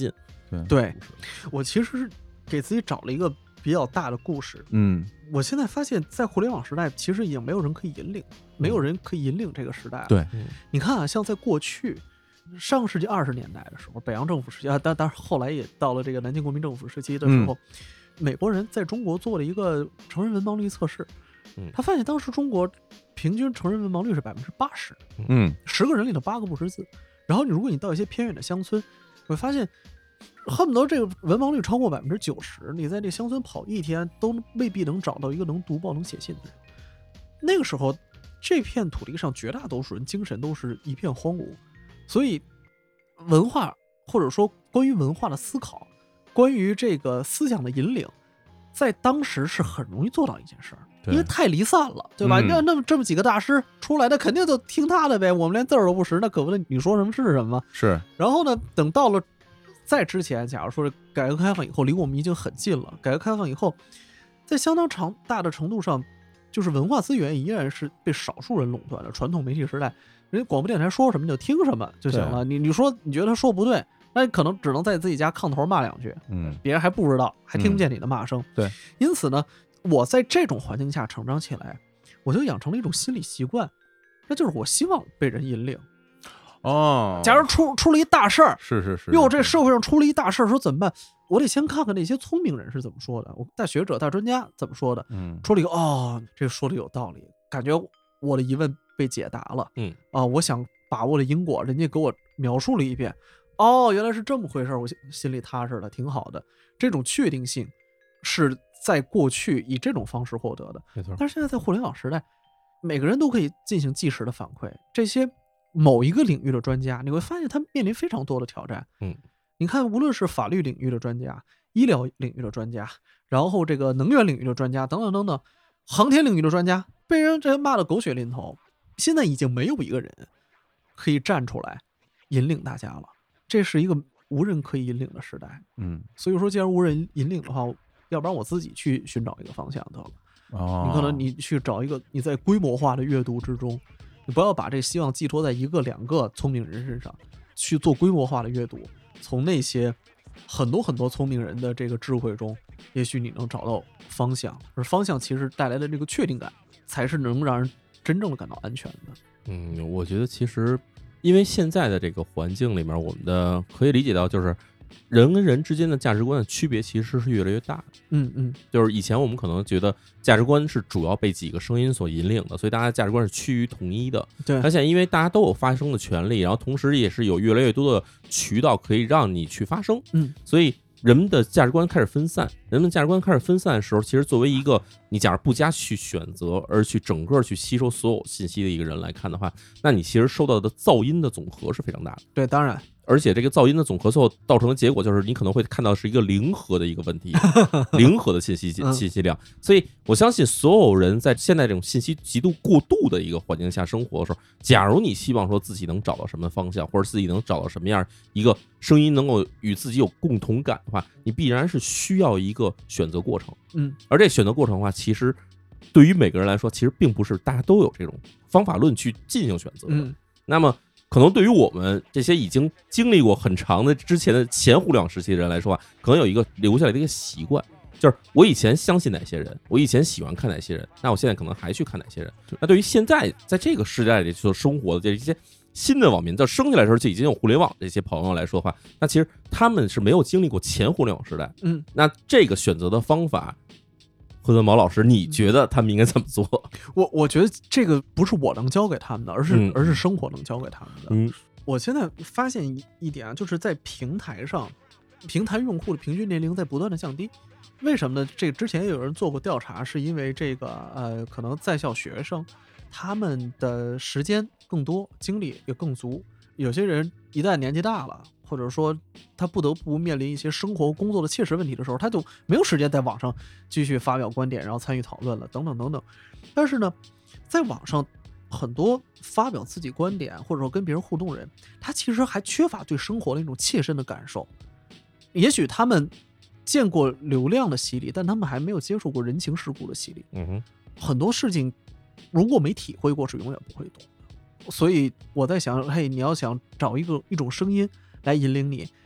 S1: 对
S3: 对，我其实给自己找了一个比较大的故事。
S1: 嗯，
S3: 我现在发现，在互联网时代，其实已经没有人可以引领，没有人可以引领这个时代了。
S1: 对，
S3: 你看啊，像在过去上个世纪二十年代的时候，北洋政府时期啊，当当然后来也到了这个南京国民政府时期的时候，嗯、美国人在中国做了一个成人文盲率测试，
S2: 嗯，
S3: 他发现当时中国平均成人文盲率是百分之八十，
S1: 嗯，
S3: 十个人里头八个不识字。然后你如果你到一些偏远的乡村，会发现恨不得这个文盲率超过百分之九十，你在这乡村跑一天都未必能找到一个能读报能写信的人。那个时候，这片土地上绝大多数人精神都是一片荒芜，所以文化或者说关于文化的思考，关于这个思想的引领，在当时是很容易做到一件事儿，因为太离散了，对吧？你看、嗯、那么这么几个大师出来的，肯定就听他的呗。我们连字儿都不识，那可不得你说什么是什么。
S1: 是。
S3: 然后呢，等到了在之前，假如说改革开放以后，离我们已经很近了。改革开放以后，在相当长大的程度上，就是文化资源依然是被少数人垄断的。传统媒体时代，人家广播电台说什么你就听什么就行了。你你说你觉得他说不对，那可能只能在自己家炕头骂两句，
S1: 嗯，
S3: 别人还不知道，还听不见你的骂声。
S1: 嗯、对，
S3: 因此呢，我在这种环境下成长起来，我就养成了一种心理习惯，那就是我希望被人引领。
S1: 哦，
S3: 假如出出了一大事儿，
S1: 是是是，
S3: 哟，这社会上出了一大事儿，说怎么办？我得先看看那些聪明人是怎么说的，我大学者、大专家怎么说的。
S1: 嗯，
S3: 说了一个哦，这说的有道理，感觉我的疑问被解答了。
S2: 嗯
S3: 啊，我想把握的因果，人家给我描述了一遍。哦，原来是这么回事，我心里踏实了，挺好的。这种确定性是在过去以这种方式获得的，
S2: 没错。
S3: 但是现在在互联网时代，每个人都可以进行即时的反馈，这些某一个领域的专家，你会发现他面临非常多的挑战。
S2: 嗯，
S3: 你看，无论是法律领域的专家、医疗领域的专家，然后这个能源领域的专家等等等等，航天领域的专家，被人这骂得狗血淋头。现在已经没有一个人可以站出来引领大家了，这是一个无人可以引领的时代。
S1: 嗯，
S3: 所以说，既然无人引领的话，要不然我自己去寻找一个方向得了。
S1: 哦，
S3: 你可能你去找一个你在规模化的阅读之中，你不要把这希望寄托在一个两个聪明人身上，去做规模化的阅读，从那些很多很多聪明人的这个智慧中，也许你能找到方向，而方向其实带来的这个确定感，才是能让人真正的感到安全的。
S2: 嗯，我觉得其实因为现在的这个环境里面，我们的可以理解到就是人跟人之间的价值观的区别其实是越来越大的。
S3: 嗯嗯，
S2: 就是以前我们可能觉得价值观是主要被几个声音所引领的，所以大家价值观是趋于统一的。
S3: 对，
S2: 而且因为大家都有发声的权利，然后同时也是有越来越多的渠道可以让你去发声。
S3: 嗯，
S2: 所以人们的价值观开始分散。人们价值观开始分散的时候，其实作为一个你假如不加去选择，而去整个去吸收所有信息的一个人来看的话，那你其实受到的噪音的总和是非常大的。
S3: 对，当然。
S2: 而且这个噪音的总和最后造成的结果就是你可能会看到是一个零和的一个问题，零和的信息信息量。所以我相信所有人在现在这种信息极度过度的一个环境下生活的时候，假如你希望说自己能找到什么方向，或者自己能找到什么样一个声音能够与自己有共同感的话，你必然是需要一个选择过程。
S3: 嗯，
S2: 而这选择过程的话，其实对于每个人来说，其实并不是大家都有这种方法论去进行选择的。
S3: 嗯，
S2: 那么可能对于我们这些已经经历过很长的之前的前互联网时期的人来说啊，可能有一个留下来的一个习惯，就是我以前相信哪些人，我以前喜欢看哪些人，那我现在可能还去看哪些人。那对于现在在这个时代里所生活的这些新的网民，在生下来的时候就已经有互联网这些朋友来说的话，那其实他们是没有经历过前互联网时代。
S3: 嗯，
S2: 那这个选择的方法，何德毛老师，你觉得他们应该怎么做？
S3: 我我觉得这个不是我能教给他们的，而是、
S2: 嗯、
S3: 而是生活能教给他们的。
S2: 嗯，
S3: 我现在发现一一点啊，就是在平台上，平台用户的平均年龄在不断的降低。为什么呢？这之前也有人做过调查，是因为这个呃，可能在校学生他们的时间更多，精力也更足。有些人一旦年纪大了，或者说他不得不面临一些生活工作的切实问题的时候，他就没有时间在网上继续发表观点，然后参与讨论了，等等等等。但是呢，在网上很多发表自己观点或者说跟别人互动人，他其实还缺乏对生活的一种切身的感受。也许他们见过流量的洗礼，但他们还没有接受过人情世故的洗礼。
S2: 嗯哼，
S3: 很多事情如果没体会过，是永远不会懂的。所以我在想，嘿，你要想找一个一种声音来引领你，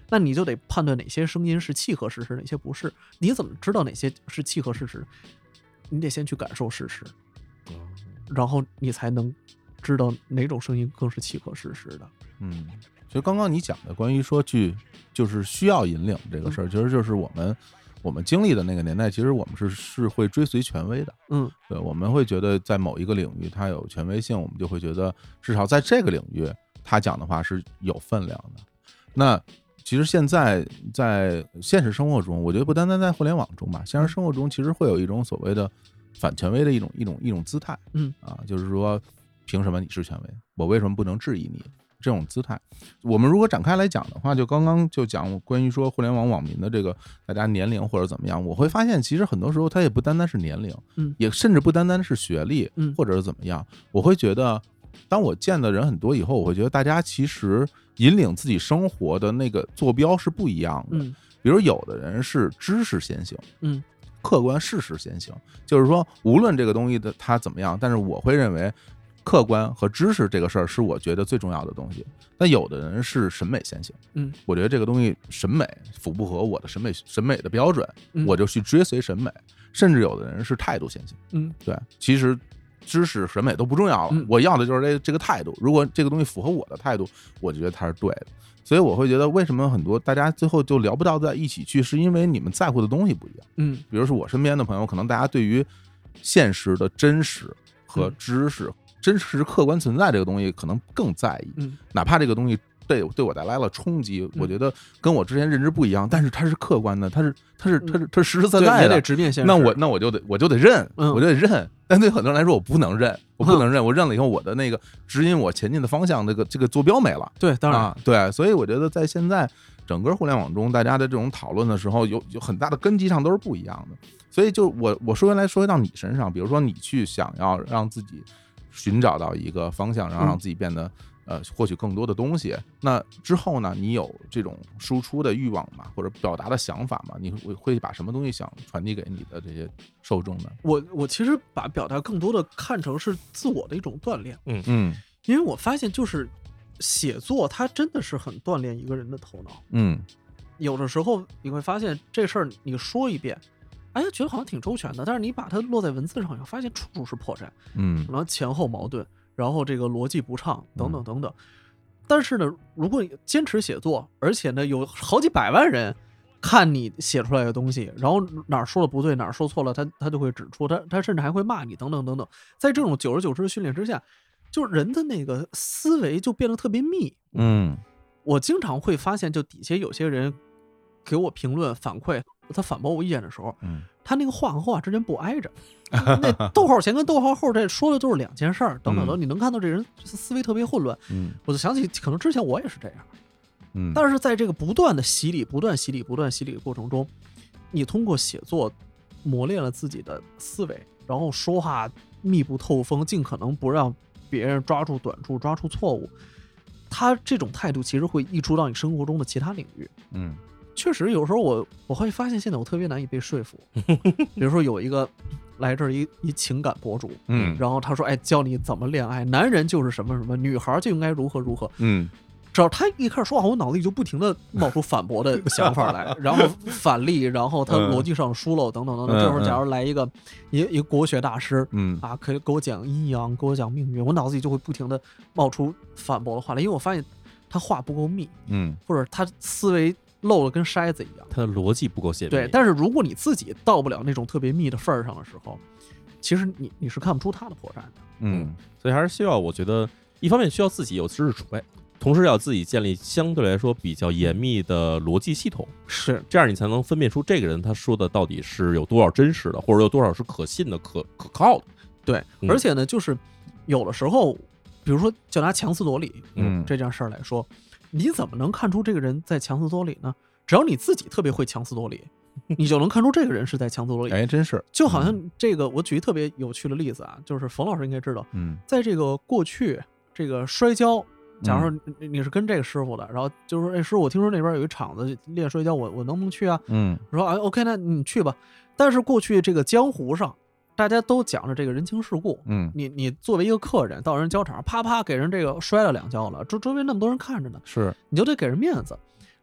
S3: 那你就得判断哪些声音是契合事实，哪些不是。你怎么知道哪些是契合事实？你得先去感受事实，然后你才能知道哪种声音更是契合事实的。
S1: 嗯，其实刚刚你讲的关于说去就是需要引领这个事儿，其实就是我们我们经历的那个年代，其实我们是是会追随权威的。
S3: 嗯，
S1: 对，我们会觉得在某一个领域它有权威性，我们就会觉得至少在这个领域他讲的话是有分量的。那其实现在在现实生活中，我觉得不单单在互联网中吧，现实生活中其实会有一种所谓的反权威的一种一种一种姿态。
S3: 嗯
S1: 啊，就是说凭什么你是权威，我为什么不能质疑你？这种姿态，我们如果展开来讲的话，就刚刚就讲关于说互联网网民的这个大家年龄或者怎么样，我会发现其实很多时候它也不单单是年龄，
S3: 嗯，
S1: 也甚至不单单是学历，
S3: 嗯，
S1: 或者是怎么样。我会觉得，当我见的人很多以后，我会觉得大家其实引领自己生活的那个坐标是不一样的。
S3: 嗯，
S1: 比如有的人是知识先行，
S3: 嗯，
S1: 客观事实先行，就是说无论这个东西的它怎么样，但是我会认为客观和知识这个事儿是我觉得最重要的东西。但有的人是审美先行，
S3: 嗯，
S1: 我觉得这个东西审美符不合我的审美审美的标准，
S3: 嗯，
S1: 我就去追随审美。甚至有的人是态度先行，
S3: 嗯，
S1: 对，其实知识审美都不重要了，
S3: 嗯，
S1: 我要的就是这这个态度。如果这个东西符合我的态度，我觉得它是对的。所以我会觉得，为什么很多大家最后就聊不到在一起去，是因为你们在乎的东西不一样。
S3: 嗯，
S1: 比如说我身边的朋友，可能大家对于现实的真实和知识、嗯、真实客观存在这个东西可能更在意，
S3: 嗯，
S1: 哪怕这个东西对对我带来了冲击，我觉得跟我之前认知不一样，但是它是客观的，它是它是它是它是实实在在的，
S3: 也得直面现实。
S1: 那我那我就得我就得认，
S3: 嗯，
S1: 我就得认。但对很多人来说，我不能认，我不能认，我认了以后，我的那个指引我前进的方向，这个这个坐标没了。
S3: 对，当然，
S1: 啊，对，所以我觉得在现在整个互联网中，大家的这种讨论的时候，有有很大的根基上都是不一样的。所以就我我说回来说回到你身上，比如说你去想要让自己寻找到一个方向，然后让自己变得、嗯、呃获取更多的东西，那之后呢，你有这种输出的欲望吗？或者表达的想法吗？你会把什么东西想传递给你的这些受众呢？
S3: 我我其实把表达更多的看成是自我的一种锻炼。
S2: 嗯
S1: 嗯，
S3: 因为我发现就是写作它真的是很锻炼一个人的头脑。
S1: 嗯，
S3: 有的时候你会发现这事儿你说一遍，哎呀，觉得好像挺周全的，但是你把它落在文字上，你会发现处处是破绽，
S1: 嗯，
S3: 然后前后矛盾，然后这个逻辑不畅，等等等等。嗯、但是呢，如果你坚持写作，而且呢有好几百万人看你写出来的东西，然后哪儿说的不对，哪儿说错了，他他就会指出，他他甚至还会骂你，等等等等。在这种久而久之的训练之下，就人的那个思维就变得特别密。
S1: 嗯，
S3: 我经常会发现，就底下有些人给我评论反馈。他反驳我意见的时候，
S1: 嗯，
S3: 他那个话和话之间不挨着，那逗号前跟逗号后这说的都是两件事儿，等等等，你能看到这人思维特别混乱。
S1: 嗯，
S3: 我就想起可能之前我也是这样，
S1: 嗯，
S3: 但是在这个不断的洗礼、不断洗礼、不断洗礼的过程中，你通过写作磨练了自己的思维，然后说话密不透风，尽可能不让别人抓住短处、抓住错误。他这种态度其实会溢出到你生活中的其他领域。
S1: 嗯。
S3: 确实，有时候我我会发现，现在我特别难以被说服。比如说，有一个来这儿一一情感博主，
S1: 嗯，
S3: 然后他说：“哎，教你怎么恋爱，男人就是什么什么，女孩就应该如何如何。”
S1: 嗯，
S3: 只要他一开始说话，我脑子里就不停的冒出反驳的想法来，然后反例，然后他逻辑上疏漏等等等等。
S1: 嗯、
S3: 这会儿假如来一个一一个国学大师，
S1: 嗯
S3: 啊，可以给我讲阴阳，给我讲命运，我脑子里就会不停的冒出反驳的话来，因为我发现他话不够密，
S1: 嗯，
S3: 或者他思维漏了跟筛子一样，
S2: 他的逻辑不够鲜明。
S3: 对，但是如果你自己到不了那种特别密的份儿上的时候，其实你你是看不出他的破绽的。
S1: 嗯，
S2: 所以还是需要，我觉得一方面需要自己有知识储备，同时要自己建立相对来说比较严密的逻辑系统，
S3: 是
S2: 这样你才能分辨出这个人他说的到底是有多少真实的，或者有多少是可信的、可可靠的。
S3: 对，
S2: 嗯、
S3: 而且呢，就是有的时候，比如说就拿强词夺理，
S1: 嗯，
S3: 这件事儿来说。你怎么能看出这个人在强词夺理呢？只要你自己特别会强词夺理，你就能看出这个人是在强词夺理。
S1: 哎，真是，
S3: 就好像这个，我举一特别有趣的例子啊，就是冯老师应该知道，
S1: 嗯，在
S3: 这个过去这个摔跤，假如说你是跟这个师傅的，然后就是说，哎，师傅，我听说那边有一场子练摔跤，我我能不能去啊？
S1: 嗯，
S3: 说哎 ，OK， 那你去吧。但是过去这个江湖上，大家都讲着这个人情世故，
S1: 嗯，
S3: 你你作为一个客人到人交场，啪啪给人这个摔了两跤了，周周围那么多人看着呢，
S1: 是，
S3: 你就得给人面子。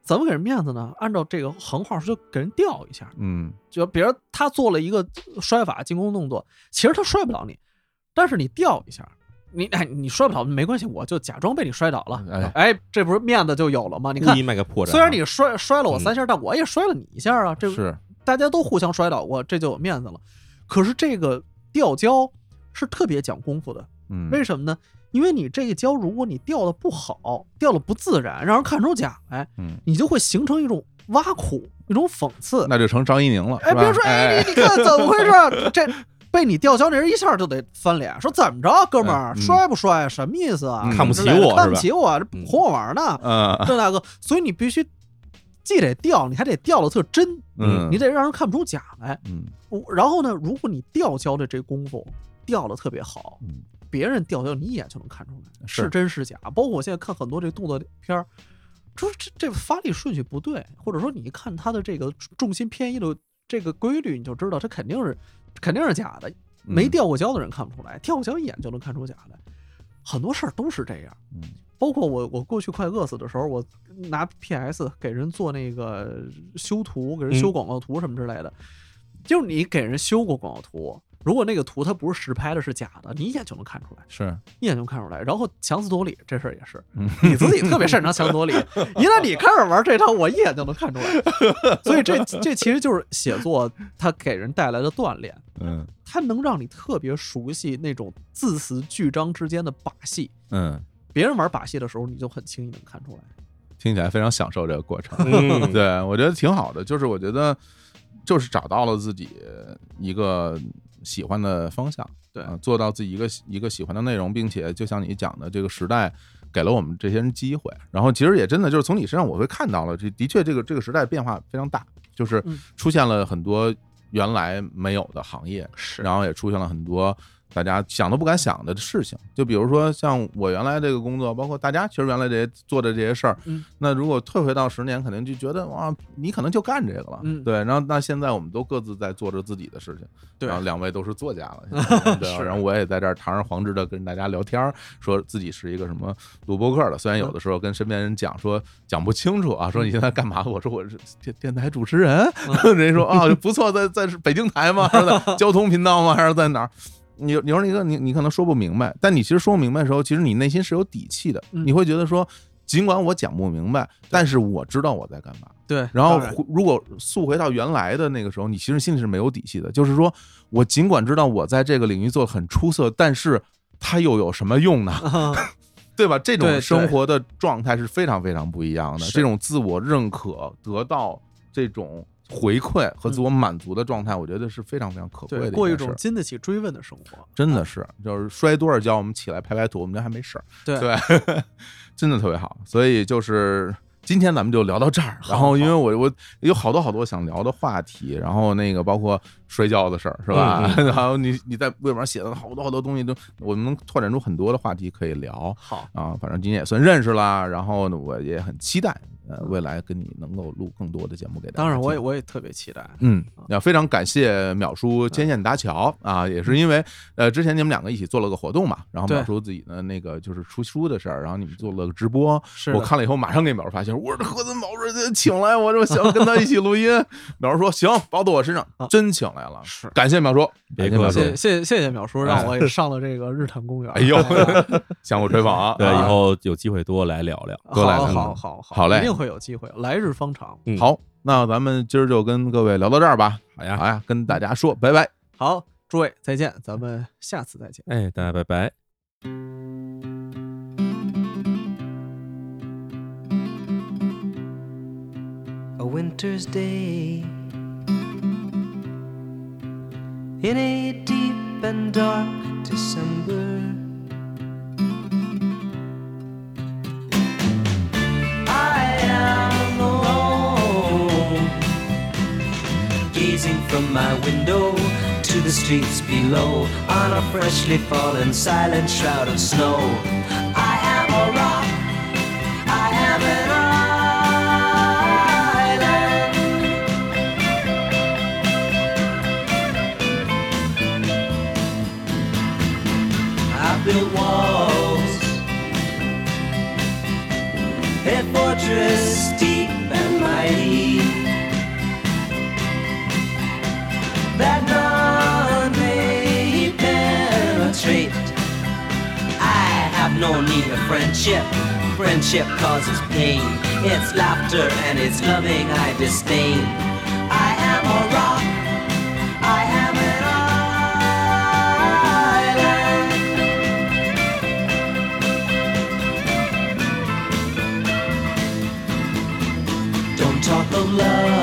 S3: 怎么给人面子呢？按照这个横画就给人吊一下，
S1: 嗯，
S3: 就比如他做了一个摔法进攻动作，其实他摔不倒你，但是你吊一下。你哎，你摔不倒没关系，我就假装被你摔倒了。哎, 哎，这不是面子就有了吗？你看，
S2: 故意卖个破绽。
S3: 虽然你摔摔了我三下、嗯，但我也摔了你一下啊。这
S1: 是
S3: 大家都互相摔倒过，这就有面子了。可是这个吊胶是特别讲功夫的，
S1: 嗯，
S3: 为什么呢？因为你这个胶，如果你吊的不好，吊的不自然，让人看出假来，嗯，你就会形成一种挖苦，一种讽刺，
S1: 那就成张怡宁了。
S3: 哎，别说，哎，你你看怎么回事？这。被你吊胶那人一下就得翻脸，说怎么着，哥们儿、嗯、摔不摔？什么意思啊？
S2: 嗯、看不起我，
S3: 看不起我，这哄我玩呢？
S1: 嗯，
S3: 这大哥，所以你必须既得吊，你还得吊的特真，
S1: 嗯，
S3: 你得让人看不出假来，
S1: 嗯。
S3: 然后呢，如果你吊胶的这功夫吊的特别好，
S1: 嗯，
S3: 别人吊胶你一眼就能看出来
S1: 是,
S3: 是真是假。包括我现在看很多这动作片儿，就是这这发力顺序不对，或者说你一看他的这个重心偏移的这个规律，你就知道这肯定是。肯定是假的，没吊过胶的人看不出来，吊过胶一眼就能看出假来。很多事儿都是这样，
S1: 嗯，
S3: 包括我，我过去快饿死的时候，我拿 P S 给人做那个修图，给人修广告图什么之类的，嗯、就是你给人修过广告图，如果那个图它不是实拍的，是假的，你一眼就能看出来，
S1: 是
S3: 一眼就能看出来。然后强词夺理这事儿也是，嗯、你自己特别擅长强词夺理，一旦你开始玩这套，我一眼就能看出来。所以这这其实就是写作它给人带来的锻炼。
S1: 嗯，
S3: 它能让你特别熟悉那种字词句章之间的把戏。
S1: 嗯，
S3: 别人玩把戏的时候，你就很轻易能看出来。
S1: 听起来非常享受这个过程。
S2: 嗯，
S1: 对，我觉得挺好的。就是我觉得，就是找到了自己一个喜欢的方向，
S3: 对，
S1: 啊、做到自己一个一个喜欢的内容，并且就像你讲的，这个时代给了我们这些人机会。然后，其实也真的就是从你身上，我会看到了，这的确这个这个时代变化非常大，就是出现了很多。原来没有的行业，
S3: 是，
S1: 然后也出现了很多大家想都不敢想的事情。就比如说像我原来这个工作，包括大家其实原来这些做的这些事儿，
S3: 嗯，
S1: 那如果退回到十年，肯定就觉得哇，你可能就干这个了，
S3: 嗯，
S1: 对。然后那现在我们都各自在做着自己的事情，
S3: 对。
S1: 然后两位都是作家了，对。然后我也在这儿堂而皇之的跟大家聊天，说自己是一个什么录播客的，虽然有的时候跟身边人讲说讲不清楚啊，说你现在干嘛？我说我是电电台主持人，人家说啊不错，在在北京台吗？还是在交通频道吗？还是在哪儿？你你说那个你你可能说不明白，但你其实说不明白的时候，其实你内心是有底气的，你会觉得说，尽管我讲不明白，但是我知道我在干嘛。
S3: 对。
S1: 然后如果溯回到原来的那个时候，你其实心里是没有底气的，就是说我尽管知道我在这个领域做得很出色，但是它又有什么用呢？对吧？这种生活的状态是非常非常不一样的，这种自我认可得到这种回馈和自我满足的状态，我觉得是非常非常可贵的一件事。
S3: 过一种经得起追问的生活，
S1: 真的是，就是摔多少跤，我们起来拍拍土，我们这还没事儿。
S3: 对
S1: 对，真的特别好。所以就是今天咱们就聊到这儿。然后因为我我有好多好多想聊的话题，然后那个包括摔跤的事儿，是吧？
S3: 嗯、
S1: 然后你你在微博上写的好多好多东西，都我们能拓展出很多的话题可以聊。
S3: 好
S1: 啊，反正今天也算认识啦。然后呢，我也很期待。呃，未来跟你能够录更多的节目给大家。
S3: 当然，我也我也特别期待。
S1: 嗯，要非常感谢淼叔牵线搭桥啊，也是因为呃，之前你们两个一起做了个活动嘛，然后淼叔自己呢那个就是出书的事儿，然后你们做了个直播，我看了以后马上给淼叔发信，我说何森宝叔请来，我就想跟他一起录音。淼叔说行，包到我身上，真请来了，
S3: 是
S1: 感谢淼叔，
S2: 别客气，
S3: 谢谢谢谢淼叔，让我也上了这个日坛公园。
S1: 哎呦，相互吹捧啊！
S2: 对，以后有机会多来聊聊，
S1: 多来聊，
S3: 好好好，
S1: 好嘞，
S3: 一定会有机会来。来日方长、
S1: 嗯，好，那咱们今儿就跟各位聊到这儿吧。
S2: 好呀，
S1: 好呀，跟大家说拜拜。
S3: 好，诸位再见，咱们下次再见。
S2: 哎，大家拜拜。
S4: A winter's day in a deep and dark December. From my window to the streets below, on a freshly fallen silent shroud of snow. I am a rock, I am an island. I built walls, a fortress deep and no need of friendship. Friendship causes pain. It's laughter and it's loving I disdain. I am a rock. I am an island. Don't talk of love.